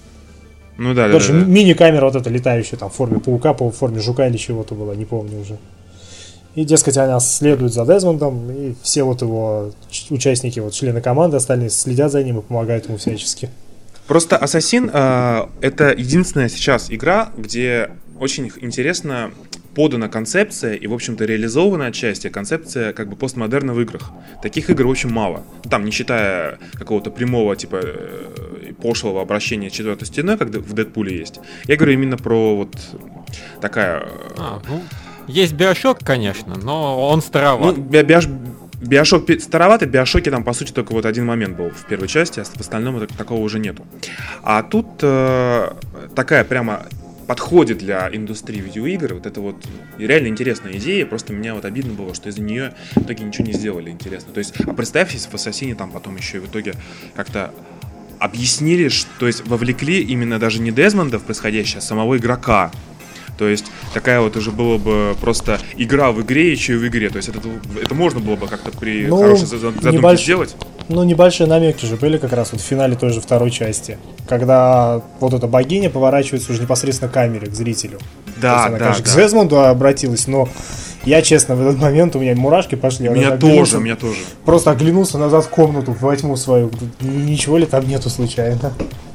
Ну да, короче, мини-камера вот эта летающая там в форме паука, по форме жука или чего-то была, не помню уже. И, дескать, она следует за Дезмондом, и все вот его участники, вот члены команды остальные следят за ним и помогают ему всячески. Просто Ассасин это единственная сейчас игра, где очень интересно подана концепция и, в общем-то, реализована отчасти концепция как бы постмодерна в играх. Таких игр очень мало. Там, не считая какого-то прямого, типа, пошлого обращения с четвертой стеной, как в Дэдпуле есть. Я говорю именно про вот такая... Есть Биошок, конечно, но он староват. Ну, Биошок староват, и в Биошоке там, по сути, только вот один момент был в первой части, а в остальном такого уже нету. А тут такая прямо подходит для индустрии видеоигр. Вот это вот реально интересная идея, просто мне вот обидно было, что из-за нее в итоге ничего не сделали интересно. То есть, а представь, если в Ассасине там потом еще и в итоге как-то объяснили, то есть вовлекли именно даже не Дезмонда в происходящее, а самого игрока. То есть такая вот уже была бы просто игра в игре, еще и в игре. То есть это можно было бы как-то при хорошей задумке сделать. Ну, небольшие намеки же были как раз вот в финале той же второй части. Когда вот эта богиня поворачивается уже непосредственно к камере, к зрителю. Да, она, конечно, к Дезмонду обратилась, но я, честно, в этот момент у меня мурашки пошли. Меня тоже. Просто оглянулся назад в комнату, во тьму свою. Ничего ли там нету случайно?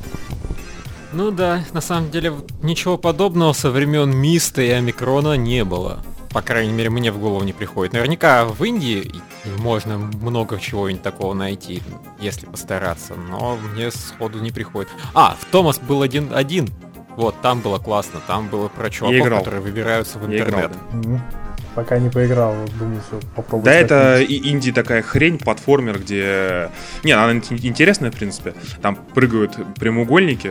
Ну да, на самом деле ничего подобного со времен Миста и Омикрона не было. По крайней мере, мне в голову не приходит. Наверняка в Индии можно много чего-нибудь такого найти, если постараться, но мне сходу не приходит. В Томас был один. Вот, там было классно, там было про чуваков, которые выбираются в интернет. Пока не поиграл, думаю, что попробую. Да, это и инди такая хрень, платформер, где... Не, она интересная, в принципе. Там прыгают прямоугольники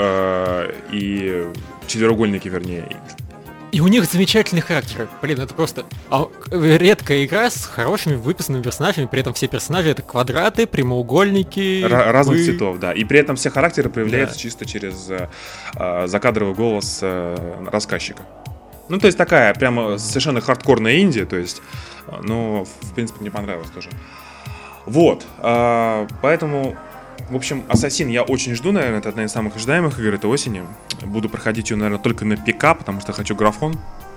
и четвероугольники, вернее. И у них замечательный характер. Блин, это просто редкая игра с хорошими выписанными персонажами. При этом все персонажи это квадраты, прямоугольники. Разных цветов, да. И при этом все характеры проявляются чисто через закадровый голос рассказчика. Ну, то есть такая прямо совершенно хардкорная инди, то есть, но, в принципе, мне понравилось тоже. Вот, поэтому, в общем, Ассасин я очень жду, наверное, это одна из самых ожидаемых игр этой осени. Буду проходить ее, наверное, только на ПК, потому что хочу графон.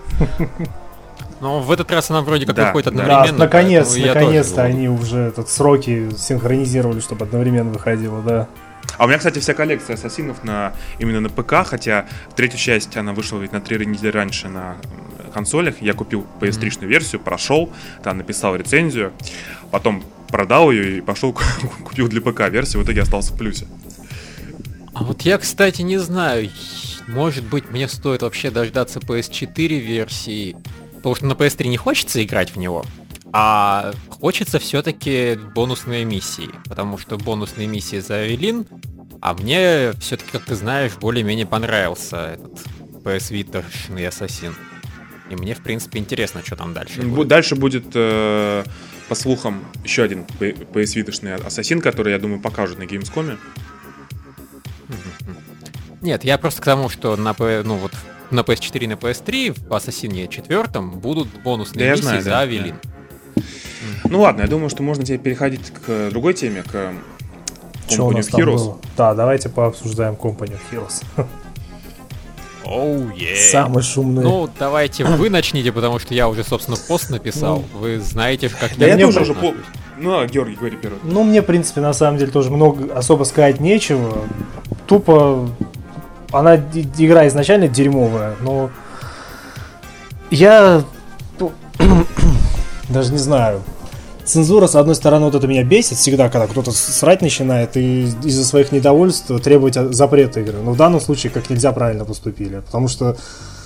Но в этот раз она вроде как выходит одновременно. Да, наконец-то они уже сроки синхронизировали, чтобы одновременно выходило, да. А у меня, кстати, вся коллекция Ассасинов именно на ПК, хотя третью часть она вышла ведь на 3 недели раньше на консолях. Я купил PS3-шную версию, прошел, там написал рецензию, потом продал ее и пошел купил для ПК версию, в итоге остался в плюсе. А вот я, кстати, не знаю, может быть, мне стоит вообще дождаться PS4 версии, потому что на PS3 не хочется играть в него, а хочется все-таки бонусные миссии, потому что бонусные миссии за Авелин, а мне все-таки, как ты знаешь, более-менее понравился этот PS Vita-шный Ассасин. И мне, в принципе, интересно, что там дальше будет. Дальше будет, по слухам, еще один PS Vita-шный Ассасин, который, я думаю, покажут на Gamescom. Нет, я просто к тому, что на PS4 и на PS3 в Ассасине 4 будут бонусные миссии за Авелин. Ну ладно, я думаю, что можно теперь переходить к другой теме, к Company of Heroes. Да, давайте пообсуждаем Company of Heroes. Самый шумный. Ну, давайте вы начните, потому что я уже, собственно, пост написал. Вы знаете, как я тоже уже... Ну, Георгий, говори первый. Ну, мне, в принципе, на самом деле тоже много особо сказать нечего. Тупо... Она, игра изначально дерьмовая, но... Я... Даже не знаю. Цензура, с одной стороны, вот это меня бесит всегда, когда кто-то срать начинает и из-за своих недовольств требовать запрета игры. Но в данном случае как нельзя правильно поступили, потому что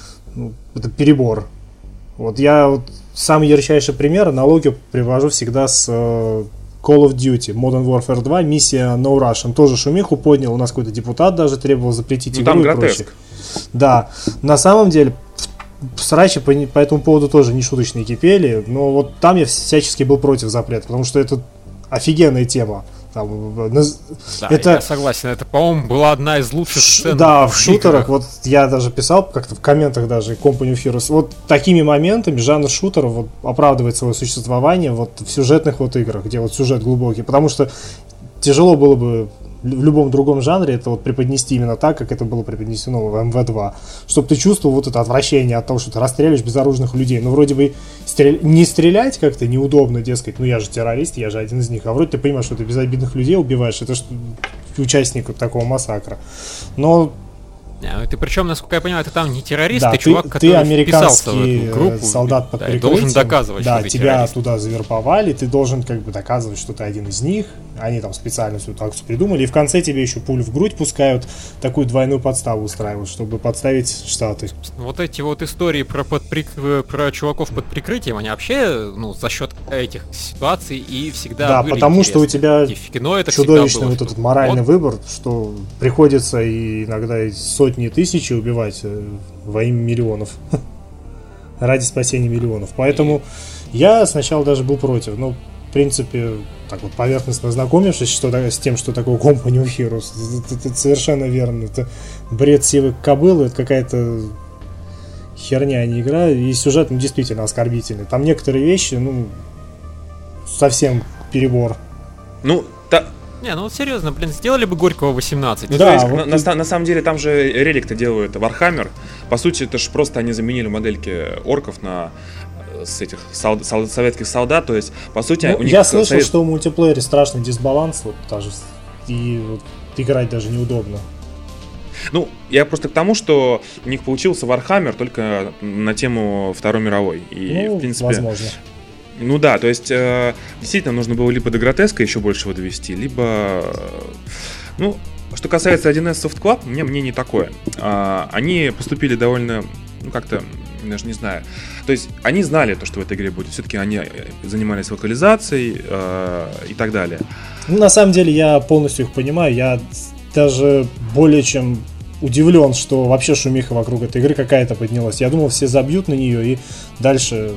это перебор. Вот я самый ярчайший пример, аналогию привожу всегда с Call of Duty Modern Warfare 2, миссия No Russian. Тоже шумиху поднял, у нас какой-то депутат даже требовал запретить игру там и гротеск. прочее. Да, на самом деле... Срачи по этому поводу тоже не шуточные кипели, но вот там я всячески был против запрета, потому что это офигенная тема. Там, это... я согласен, это, по-моему, была одна из лучших сцен. Да, в шутерах, вот я даже писал как-то в комментах даже Company of Heroes, вот такими моментами жанр шутеров вот оправдывает свое существование вот в сюжетных вот играх, где вот сюжет глубокий, потому что тяжело было бы в любом другом жанре это вот преподнести именно так, как это было преподнесено в МВ2. Чтобы ты чувствовал вот это отвращение от того, что ты расстреливаешь безоружных людей. Ну, вроде бы не стрелять как-то неудобно, дескать, ну я же террорист, я же один из них. А вроде ты понимаешь, что ты безобидных людей убиваешь, это же участник вот такого массакра. Но... Ты причем, насколько я понимаю, ты там не террорист, да, ты чувак, который вписался в эту группу, солдат под прикрытием. Должен доказывать, да, что ты тебя террорист. Туда завербовали, ты должен как бы доказывать, что ты один из них. Они там специально всю эту акцию придумали, и в конце тебе еще пулю в грудь пускают, такую двойную подставу устраивают, чтобы подставить Штаты. Вот эти вот истории про чуваков под прикрытием, они вообще, за счет этих ситуаций и всегда были потому интересны. Что у тебя чудовищный вот этот моральный выбор, что приходится и иногда и сотни тысяч убивать во имя миллионов. Ради спасения миллионов. Поэтому я сначала даже был против, но в принципе, так вот поверхностно ознакомившись с тем, что такое Company of Heroes, это совершенно верно. Это бред сивой кобылы, это какая-то херня, а не игра. И сюжет, действительно оскорбительный. Там некоторые вещи, совсем перебор. Не, серьезно, сделали бы Горького 18. Да, на самом деле там же релик-то делают Warhammer. По сути, это же просто они заменили модельки орков с этих советских солдат, то есть, по сути, у них... Я слышал, что в мультиплеере страшный дисбаланс, вот даже, и вот, играть даже неудобно. Я просто к тому, что у них получился Warhammer только на тему Второй мировой. И, в принципе, возможно. Да, то есть, действительно, нужно было либо до гротеска еще больше его довести, либо... Что касается 1С Soft Club, у меня мнение такое. Они поступили довольно, как-то, даже не знаю. То есть, они знали то, что в этой игре будет. Все-таки они занимались локализацией и так далее. На самом деле, я полностью их понимаю. Я даже более чем удивлен, что вообще шумиха вокруг этой игры какая-то поднялась. Я думал, все забьют на нее и дальше...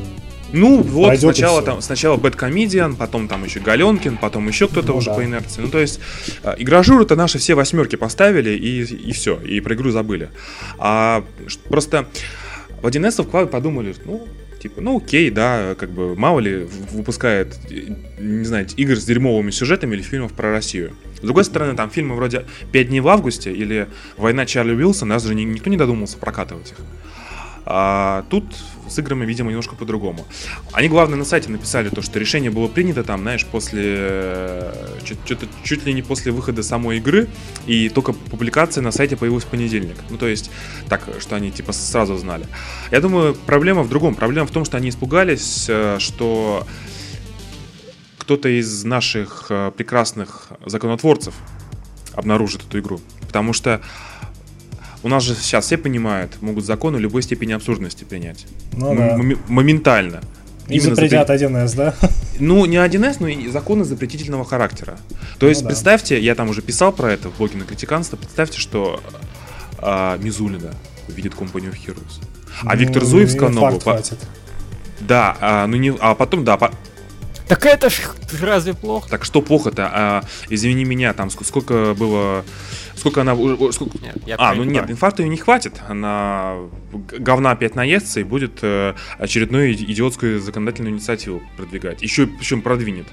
сначала Bad Comedian, потом там еще Галенкин, потом еще кто-то уже по инерции. То есть, игражуры-то наши все 8 поставили, и все, и про игру забыли. Просто в 1С в Cloud подумали, окей, да, как бы мало ли выпускает, не знаю, игр с дерьмовыми сюжетами или фильмов про Россию. С другой стороны, там фильмы вроде «5 дней в августе» или «Война Чарли Уилсона», даже никто не додумался прокатывать их. А тут с играми, видимо, немножко по-другому. Они, главное, на сайте написали то, что решение было принято там, знаешь, после чуть ли не после выхода самой игры, и только публикация на сайте появилась в понедельник. Ну, то есть, так, что они типа сразу знали. Я думаю, проблема в другом. Проблема в том, что они испугались, что кто-то из наших прекрасных законотворцев обнаружит эту игру. Потому что у нас же сейчас все понимают, могут законы любой степени абсурдности принять. Моментально. И запретят 1С, да? Ну, не 1С, но и законы запретительного характера. То есть, представьте, я там уже писал про это в блоге на Критиканство, представьте, что Мизулина увидит Company of Heroes. А Виктор Зуев с Канобу... Да, потом, да... Так это ж разве плохо? Так что плохо-то? Извини меня, там сколько было... Сколько она... Нет, инфаркта ее не хватит. Она говна опять наестся и будет очередную идиотскую законодательную инициативу продвигать. Еще причем продвинет.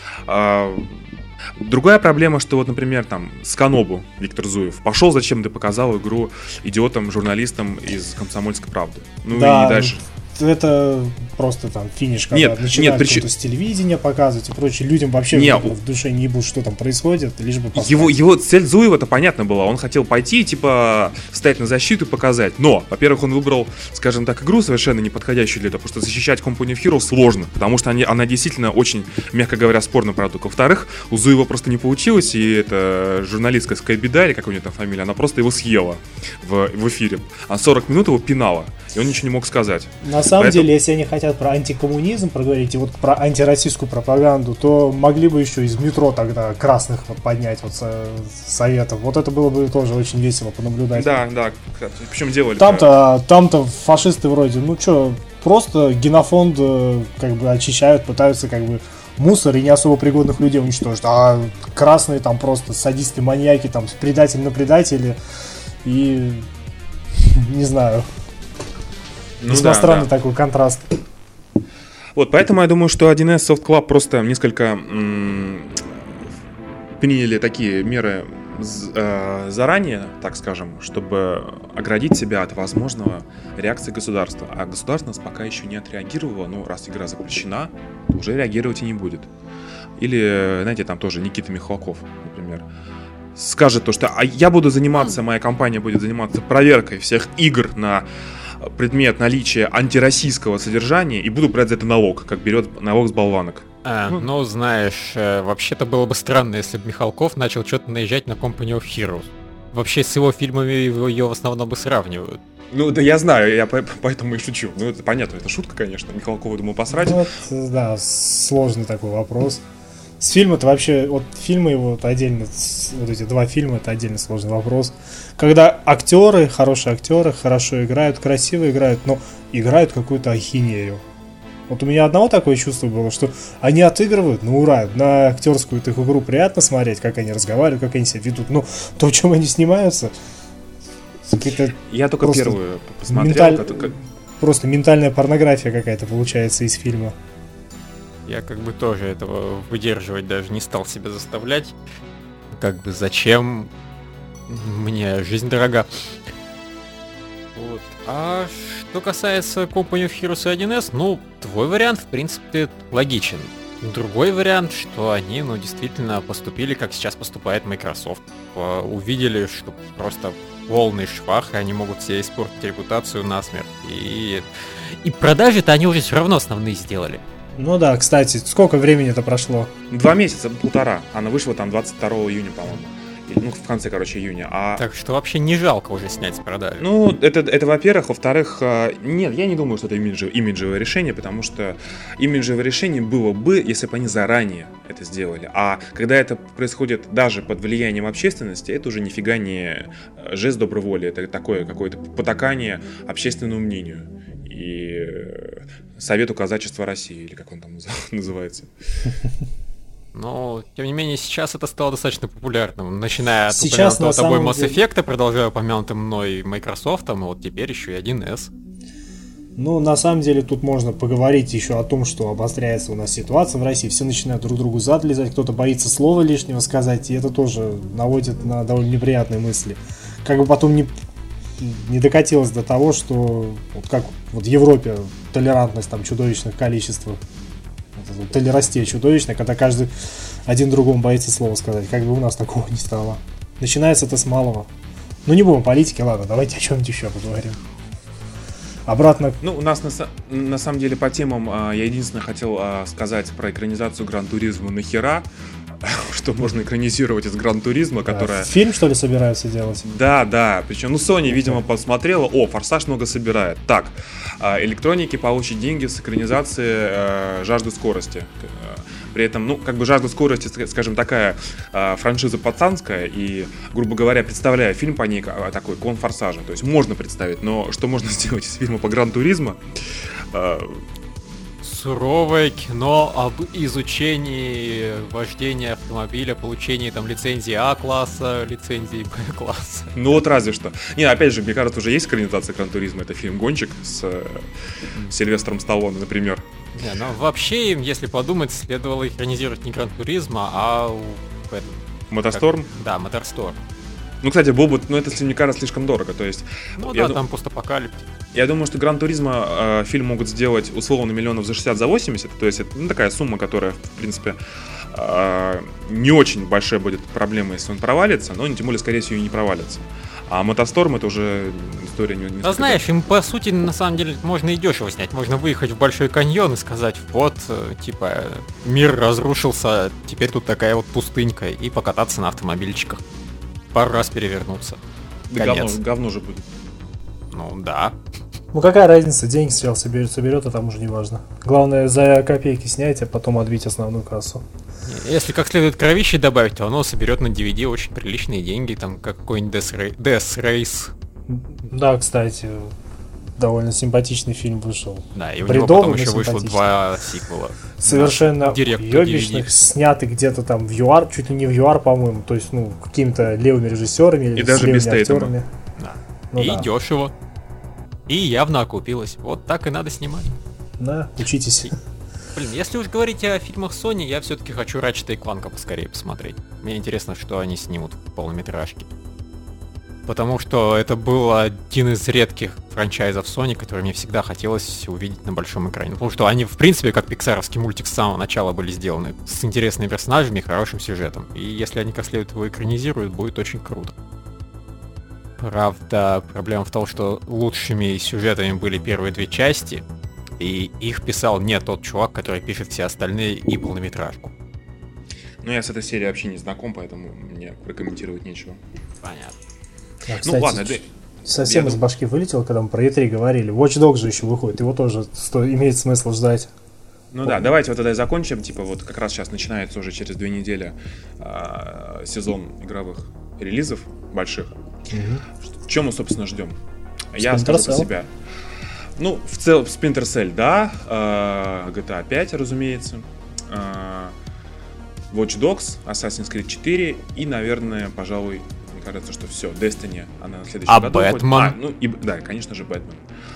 Другая проблема, что вот, например, там Сканобу Виктор Зуев пошел зачем-то показал игру идиотам, журналистам из «Комсомольской правды». Ну да. И дальше... Это просто там финиш, когда начинают с телевидения показывать и прочее. Людям вообще в душе не ебут, что там происходит, лишь бы поставить. Его цель Зуева-то понятно была. Он хотел пойти, типа, встать на защиту и показать. Но, во-первых, он выбрал, скажем так, игру совершенно не подходящую для этого, потому что защищать Company of Heroes сложно, потому что она действительно очень, мягко говоря, спорный продукт. Во-вторых, у Зуева просто не получилось, и эта журналистская беда, или как у нее там фамилия, она просто его съела в эфире. А 40 минут его пинала, и он ничего не мог сказать. На самом деле, если они хотят про антикоммунизм проговорить и вот про антироссийскую пропаганду, то могли бы еще из метро тогда красных вот поднять вот советов. Вот это было бы тоже очень весело понаблюдать. Да, кстати. Причем делали. Там-то фашисты вроде, просто генофонд как бы очищают, пытаются как бы мусор и не особо пригодных людей уничтожить. А красные там просто садисты, маньяки, там предатель на предателе и не знаю. Весьма странный такой контраст. Вот, поэтому я думаю, что 1С Soft Club просто несколько приняли такие меры заранее, так скажем, чтобы оградить себя от возможного реакции государства. А государство нас пока еще не отреагировало, раз игра запрещена, то уже реагировать и не будет. Или, знаете, там тоже Никита Михалков, например, скажет то, что я буду заниматься, моя компания будет заниматься проверкой всех игр на предмет наличия антироссийского содержания и буду брать за это налог, как берет налог с болванок. Знаешь, вообще-то было бы странно, если бы Михалков начал что-то наезжать на Company of Heroes. Вообще с его фильмами ее в основном бы сравнивают. Да я знаю, я поэтому и шучу. Это понятно, это шутка, конечно. Михалкову, думаю, посрать. Да, сложный такой вопрос. С фильма-то вообще, фильмы его отдельно, эти два фильма, это отдельно сложный вопрос. Когда хорошие актеры, хорошо играют, красиво играют, но играют какую-то ахинею. Вот у меня одного такое чувство было, что они отыгрывают, ура, на актерскую их игру приятно смотреть, как они разговаривают, как они себя ведут, но то, в чем они снимаются, я только первую посмотрел. Просто ментальная порнография какая-то получается из фильма. Я тоже этого выдерживать даже не стал себя заставлять. Зачем? Мне жизнь дорога. Вот. А что касается Company of Heroes и 1С, твой вариант, в принципе, логичен. Другой вариант, что они, действительно поступили, как сейчас поступает Microsoft. Увидели, что просто полный швах, и они могут себе испортить репутацию насмерть. И продажи-то они уже все равно основные сделали. Да, кстати, сколько времени это прошло? 2 месяца, 1,5. Она вышла там 22 июня, по-моему. В конце, июня. Так что вообще не жалко уже снять с продажи. Это во-первых. Во-вторых, нет, я не думаю, что это имиджевое решение, потому что имиджевое решение было бы, если бы они заранее это сделали. А когда это происходит даже под влиянием общественности, это уже нифига не жест доброй воли. Это такое какое-то потакание общественному мнению. И Совету казачества России, или как он там называется. Но, тем не менее, сейчас это стало достаточно популярным. Начиная от упомянутого тобой Mass Effect, продолжая упомянутым мной Microsoft, и вот теперь еще и 1С. Ну, на самом деле, тут можно поговорить еще о том, что обостряется у нас ситуация в России. Все начинают друг другу зад лизать, кто-то боится слова лишнего сказать, и это тоже наводит на довольно неприятные мысли. Как бы потом не докатилось до того, что вот как вот в Европе толерантность там чудовищных количествах, толерастия чудовищная, когда каждый один другому боится слова сказать. Как бы у нас такого не стало. Начинается это с малого. Ну, не будем политики, ладно, давайте о чем-нибудь еще поговорим. Обратно. Ну, у нас на самом деле по темам я единственное хотел сказать про экранизацию Гран-туризма нахера, что можно экранизировать из Гран-туризма, которая... Фильм, что ли, собираются делать? Да, причем, Sony, видимо, посмотрела, Форсаж много собирает. Так, электроники получат деньги с экранизации «Жажды скорости». При этом, «Жажда скорости», скажем, такая франшиза пацанская, и, грубо говоря, представляя фильм по ней такой, клон «Форсажа». То есть можно представить, но что можно сделать из фильма по Гран-туризма? Суровое кино об изучении вождения автомобиля, получении там лицензии А-класса, лицензии Б-класса. Ну вот разве что. Не, опять же, мне кажется, уже есть экранизация Гран-туризма. Это фильм «Гонщик» с Сильвестром Сталлоне, например. Не, ну вообще им, если подумать, следовало экранизировать не Гран-туризма, а Мотосторм? Да, Моторсторм. Ну, кстати, это, мне кажется, слишком дорого. То есть, там постапокалиптик. Я думаю, что Гран-туризма фильм могут сделать условно миллионов за 60, за 80. То есть это такая сумма, которая, в принципе, не очень большая будет проблема, если он провалится, но тем более, скорее всего, и не провалится. А Мотосторм — это уже история не... А знаешь, им по сути, на самом деле, можно и дешево снять. Можно выехать в Большой каньон и сказать, вот, типа, мир разрушился, теперь тут такая вот пустынька, и покататься на автомобильчиках. Пару раз перевернуться. Да говно же будет. Ну да. Ну какая разница, деньги сначала соберет, а там уже не важно. Главное за копейки снять, а потом отбить основную кассу. Если как следует кровищи добавить, то оно соберет на DVD очень приличные деньги, там как какой-нибудь Death Race. Да, кстати, довольно симпатичный фильм вышел. Да, и у него потом еще вышло 2 сиквела. Совершенно ёбищных, сняты где-то там в ЮАР, чуть ли не в ЮАР, по-моему, то есть, какими-то левыми режиссерами или даже левыми без актерами. Да. И дешево. И явно окупилось. Вот так и надо снимать. Да, учитесь. Блин, если уж говорить о фильмах Sony, я все-таки хочу Ratchet и Clank поскорее посмотреть. Мне интересно, что они снимут в полнометражке. Потому что это был один из редких франчайзов Sony, который мне всегда хотелось увидеть на большом экране. Потому что они, в принципе, как пиксаровский мультик с самого начала были сделаны, с интересными персонажами и хорошим сюжетом. И если они как следует его экранизируют, будет очень круто. Правда, проблема в том, что лучшими сюжетами были первые 2 части, и их писал не тот чувак, который пишет все остальные и полнометражку. Ну, я с этой серией вообще не знаком, поэтому мне прокомментировать нечего. Понятно. Кстати, ладно, совсем из башки вылетел, когда мы про E3 говорили. Watch Dogs же еще выходит, его тоже имеет смысл ждать. Ну да, давайте вот тогда и закончим. Типа вот как раз сейчас начинается уже через 2 недели сезон игровых релизов больших. Чем мы, собственно, ждем? Я скажу про себя. Ну, в целом, Splinter Cell, да, GTA 5, разумеется, Watch Dogs, Assassin's Creed 4 и, наверное, пожалуй, мне кажется, что все, Destiny, она на следующем году. Бэтмен? Да, конечно же, Бэтмен.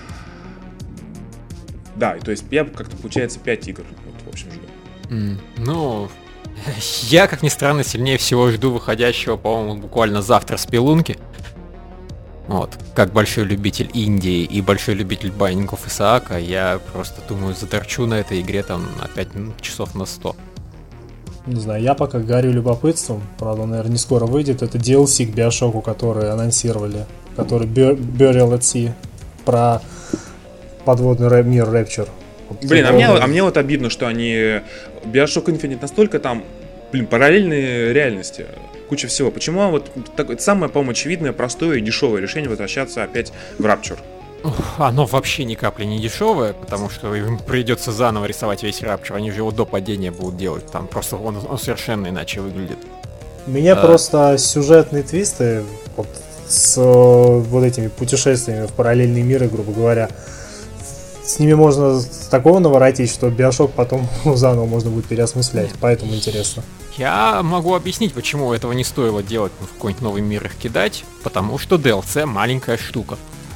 Да, то есть я как-то, получается, 5 игр, вот, в общем, жду. Ну, я, как ни странно, сильнее всего жду выходящего, по-моему, буквально завтра Спелунки. Вот, как большой любитель Индии и большой любитель байнингов Исаака, я просто думаю, заторчу на этой игре там опять часов на 100. Не знаю, я пока горю любопытством, правда, наверное, не скоро выйдет. Это DLC к Биошоку, который анонсировали, который Burial at Sea, про подводный мир Rapture. Блин, а мне вот обидно, что они Bioshock Infinite настолько там, параллельные реальности. Куча всего. Почему вот это самое, по-моему, очевидное, простое и дешевое решение возвращаться опять в Rapture? Оно вообще ни капли не дешевое, потому что им придется заново рисовать весь Rapture. Они же его до падения будут делать. Там просто он совершенно иначе выглядит. Меня просто сюжетные твисты вот, с вот этими путешествиями в параллельные миры, грубо говоря, с ними можно такого наворотить, что Bioshock потом заново можно будет переосмыслять. Поэтому интересно. Я могу объяснить, почему этого не стоило делать, в какой-нибудь новый мир их кидать. Потому что DLC маленькая штука.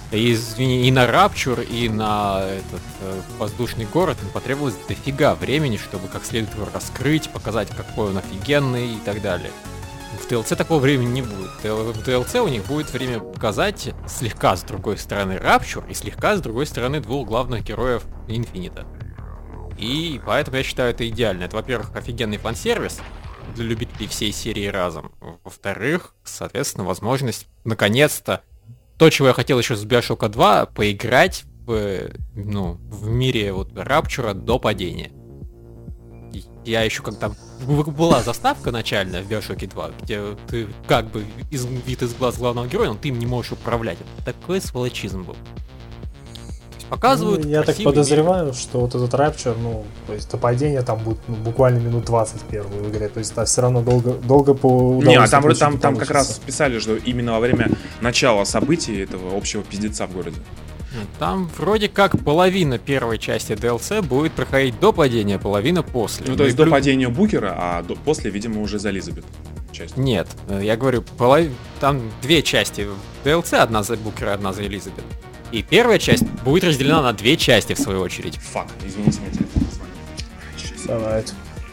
И на Рапчур, и на этот воздушный город им потребовалось дофига времени, чтобы как следует его раскрыть, показать, какой он офигенный и так далее. В DLC такого времени не будет. В DLC у них будет время показать слегка с другой стороны Рапчур и слегка с другой стороны двух главных героев Инфинита. И поэтому я считаю это идеально. Это, во-первых, офигенный фан-сервис для любителей всей серии разом. Во-вторых, соответственно, возможность наконец-то то, чего я хотел еще с Bioshock 2, поиграть в мире вот Рапчура до падения. Я еще когда была заставка начальная в Bioshock 2, где ты как бы вид из глаз главного героя, но ты им не можешь управлять. Это такой сволочизм был. Показывают. Я так подозреваю, что вот этот Rapture, то есть до падения там будет буквально минут 20 первой в игре, то есть все равно долго по удовольствию. Там как раз писали, что именно во время начала событий этого общего пиздеца в городе. Там вроде как половина первой части DLC будет проходить до падения, половина после. То есть до падения Букера, а после, видимо, уже за Элизабет часть. Нет, я говорю, там две части DLC, одна за Букера, одна за Элизабет. И первая часть будет разделена на две части, в свою очередь. Фак, извините, мне телефон позвонил. Давайте.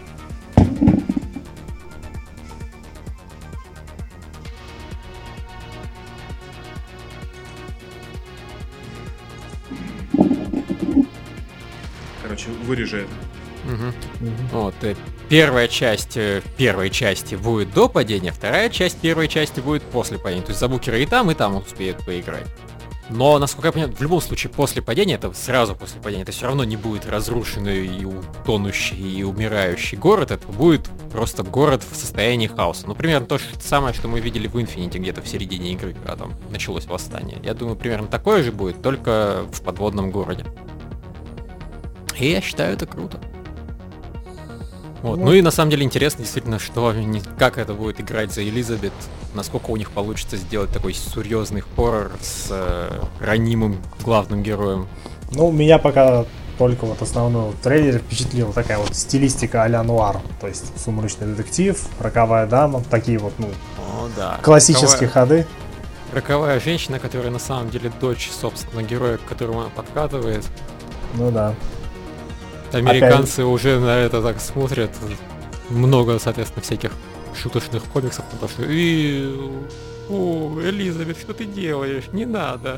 Короче, вырежи это. Вот, первая часть первой части будет до падения, вторая часть первой части будет после падения. То есть за Букера и там успеют поиграть. Но, насколько я понимаю, в любом случае после падения, это сразу после падения, это все равно не будет разрушенный и тонущий и умирающий город, это будет просто город в состоянии хаоса. Примерно то же самое, что мы видели в Infinity где-то в середине игры, когда там началось восстание. Я думаю, примерно такое же будет, только в подводном городе. И я считаю, это круто. Вот. Ну и на самом деле интересно действительно, как это будет играть за Элизабет, насколько у них получится сделать такой серьезный хоррор с ранимым главным героем. Меня пока только вот основной трейлер впечатлила такая вот стилистика а-ля нуар, то есть сумрачный детектив, роковая дама, такие вот, классические ходы. Роковая женщина, которая на самом деле дочь, собственно, героя, к которому она подкатывает. Ну да. Американцы уже на это так смотрят. Много, соответственно, всяких шуточных комиксов, потому что Элизабет, что ты делаешь? Не надо.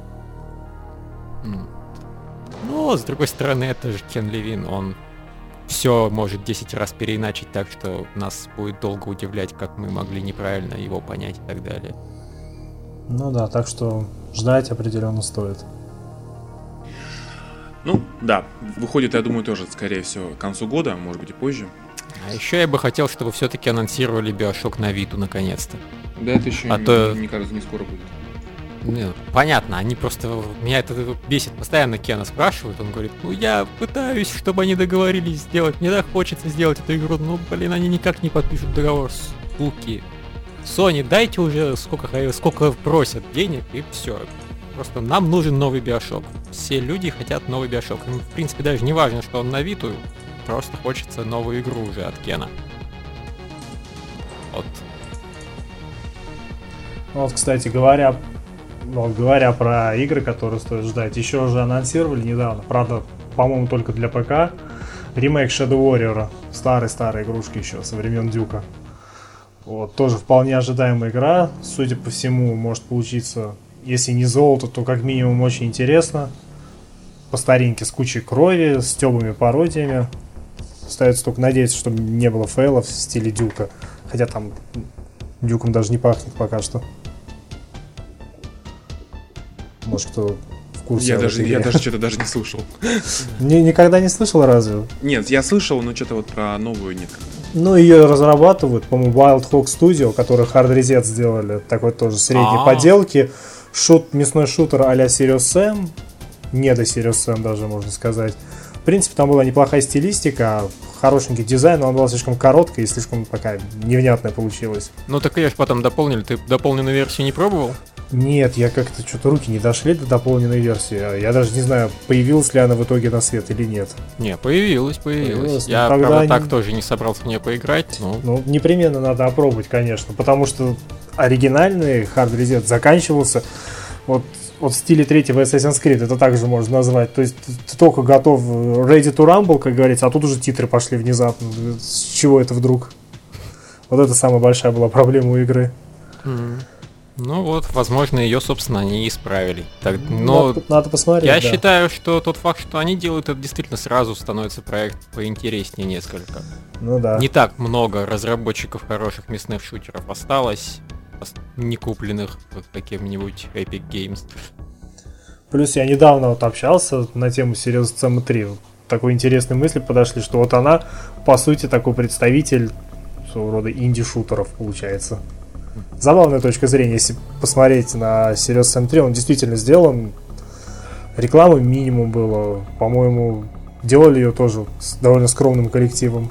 Но, с другой стороны, это же Кен Левин, он все может 10 раз переиначить так, что нас будет долго удивлять, как мы могли неправильно его понять и так далее. Ну да, так что ждать определенно стоит. Да, выходит, я думаю, тоже, скорее всего, к концу года, может быть и позже. А еще я бы хотел, чтобы все-таки анонсировали Bioshock на Виту наконец-то. Да, это еще, мне кажется, не скоро будет. Понятно, они просто... Меня это бесит. Постоянно Кена спрашивают, он говорит, я пытаюсь, чтобы они договорились сделать. Мне так хочется сделать эту игру, они никак не подпишут договор, суки. Sony, дайте уже сколько просят денег, и все. Просто нам нужен новый Bioshock. Все люди хотят новый Bioshock. Им, в принципе, даже не важно, что он на Виту, просто хочется новую игру уже от Кена. Вот, кстати, говоря про игры, которые стоит ждать, еще уже анонсировали недавно, правда, по-моему, только для ПК, ремейк Shadow Warrior, старой игрушки еще со времен Дюка. Вот, тоже вполне ожидаемая игра, судя по всему, может получиться, если не золото, то как минимум очень интересно. По старинке, с кучей крови, с тёмными пародиями. Остается только надеяться, чтобы не было фейлов в стиле Дюка. Хотя там Дюком даже не пахнет пока что. Может, кто в курсе. Я даже что-то даже не слышал. Никогда не слышал разве? Нет, я слышал, но что-то вот про новую нет. Ее разрабатывают, по-моему, Wild Hawk Studio, которые Hard Reset сделали. Такой тоже средней поделки. Мясной шутер а-ля Serious Sam. Не до Serious Sam даже, можно сказать. В принципе, там была неплохая стилистика, хорошенький дизайн, но он был слишком короткий и слишком такая невнятная получилась. Так ее же потом дополнили. Ты дополненную версию не пробовал? Нет, я как-то что-то руки не дошли до дополненной версии. Я даже не знаю, появилась ли она в итоге на свет или нет. Не, появилась. Я, правда, так тоже не собрался в нее поиграть. Непременно надо опробовать, конечно, потому что оригинальный Hard Reset заканчивался Вот в стиле третьего Assassin's Creed это также можно назвать. То есть ты только готов ready to rumble, как говорится, а тут уже титры пошли внезапно. С чего это вдруг? Вот это самая большая была проблема у игры. Ну вот, возможно, ее, собственно, они исправили. Так, но надо посмотреть. Я считаю, что тот факт, что они делают, это действительно сразу становится проект поинтереснее несколько. Ну да. Не так много разработчиков хороших мясных шутеров осталось, не купленных каким-нибудь Epic Games. Плюс я недавно вот общался на тему Serious Sam 3. Вот такой интересной мысли подошли, что вот она, по сути, такой представитель своего рода инди-шутеров получается. Забавная точка зрения, если посмотреть на Serious Sam 3, он действительно сделан. Рекламы минимум было. По-моему, делали ее тоже с довольно скромным коллективом.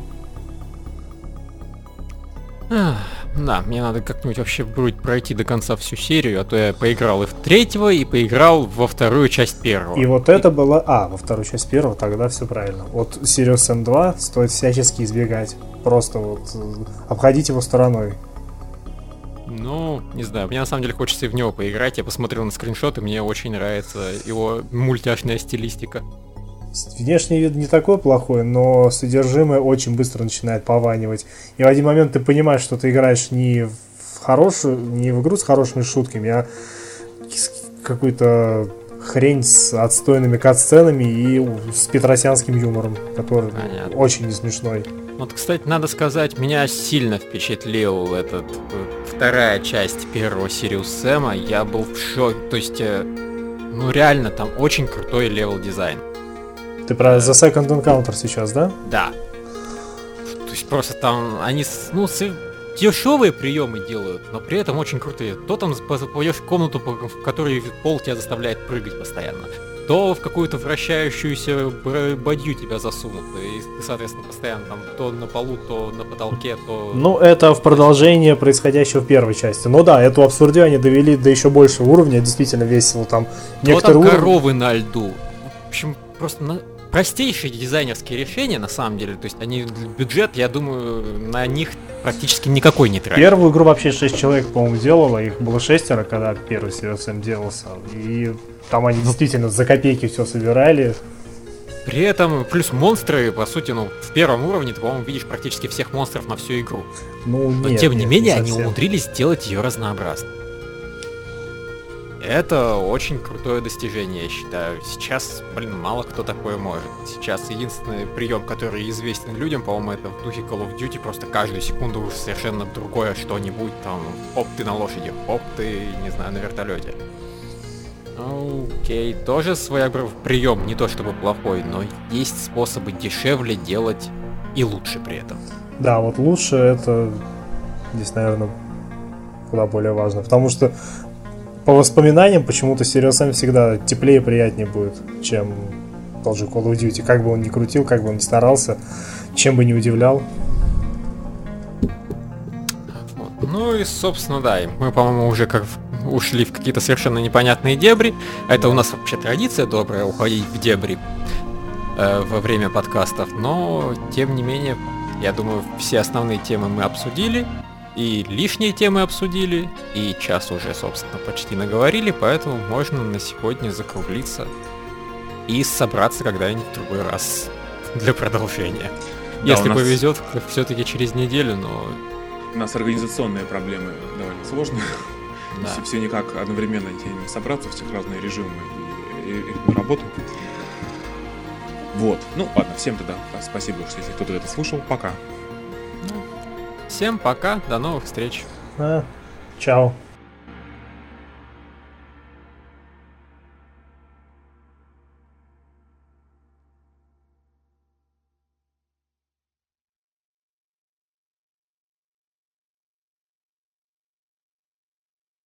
Да, мне надо как-нибудь вообще будет пройти до конца всю серию, а то я поиграл и в третьего, и поиграл во вторую часть первого. И вот это было... во вторую часть первого, тогда все правильно. Вот Serious Sam 2 стоит всячески избегать. Просто вот обходить его стороной. Ну, не знаю, мне на самом деле хочется и в него поиграть. Я посмотрел на скриншоты, мне очень нравится его мультяшная стилистика. Внешний вид не такой плохой, но содержимое очень быстро начинает пованивать. И в один момент ты понимаешь, что ты играешь не в игру с хорошими шутками, а какую-то хрень с отстойными катсценами и с петросянским юмором, который очень не смешной. Вот, кстати, надо сказать, меня сильно впечатлил вторая часть первого Serious Sam'а. Я был в шоке. То есть, ну реально, там очень крутой левел-дизайн. Ты про The Second Encounter сейчас, да? Да. То есть просто там они, дешевые приемы делают, но при этом очень крутые. То там попадешь в комнату, в которой пол тебя заставляет прыгать постоянно, то в какую-то вращающуюся бадью тебя засунут. И ты, соответственно, постоянно там то на полу, то на потолке, то... Ну, это в продолжение происходящего в первой части. Ну да, эту абсурдию они довели до еще большего уровня, действительно весело. Там некоторые уровни... коровы на льду. В общем, просто простейшие дизайнерские решения, на самом деле. То есть они бюджет, я думаю, на них практически никакой не тратят. Первую игру вообще 6 человек, по-моему, делало. Их было 6, когда первый Serious Sam делался. И там они действительно за копейки все собирали. При этом, плюс монстры, по сути, в первом уровне ты, по-моему, видишь практически всех монстров на всю игру. Но тем не менее, они умудрились сделать ее разнообразной. Это очень крутое достижение, я считаю. Сейчас, мало кто такое может. Сейчас единственный прием, который известен людям, по-моему, это в духе Call of Duty. Просто каждую секунду уже совершенно другое что-нибудь. Там, оп, ты на лошади, оп, ты, не знаю, на вертолете. Окей, тоже своеобразный прием, не то чтобы плохой, но есть способы дешевле делать и лучше при этом. Да, вот лучше это здесь, наверное, куда более важно. Потому что по воспоминаниям почему-то Serious Sam всегда теплее и приятнее будет, чем тот же Call of Duty. Как бы он ни крутил, как бы он ни старался, чем бы ни удивлял. Ну и, собственно, да, мы, по-моему, уже ушли в какие-то совершенно непонятные дебри. Это у нас вообще традиция добрая, уходить в дебри во время подкастов. Но, тем не менее, я думаю, все основные темы мы обсудили. И лишние темы обсудили, и час уже, собственно, почти наговорили, поэтому можно на сегодня закруглиться и собраться когда-нибудь в другой раз для продолжения. Да, если повезет, все-таки через неделю, но... У нас организационные проблемы довольно сложные. Да. Если все никак одновременно не собраться, всех разные режимы и работу. Вот. Ну, ладно, всем тогда спасибо, что если кто-то это слушал. Пока. Всем пока, до новых встреч. Чао.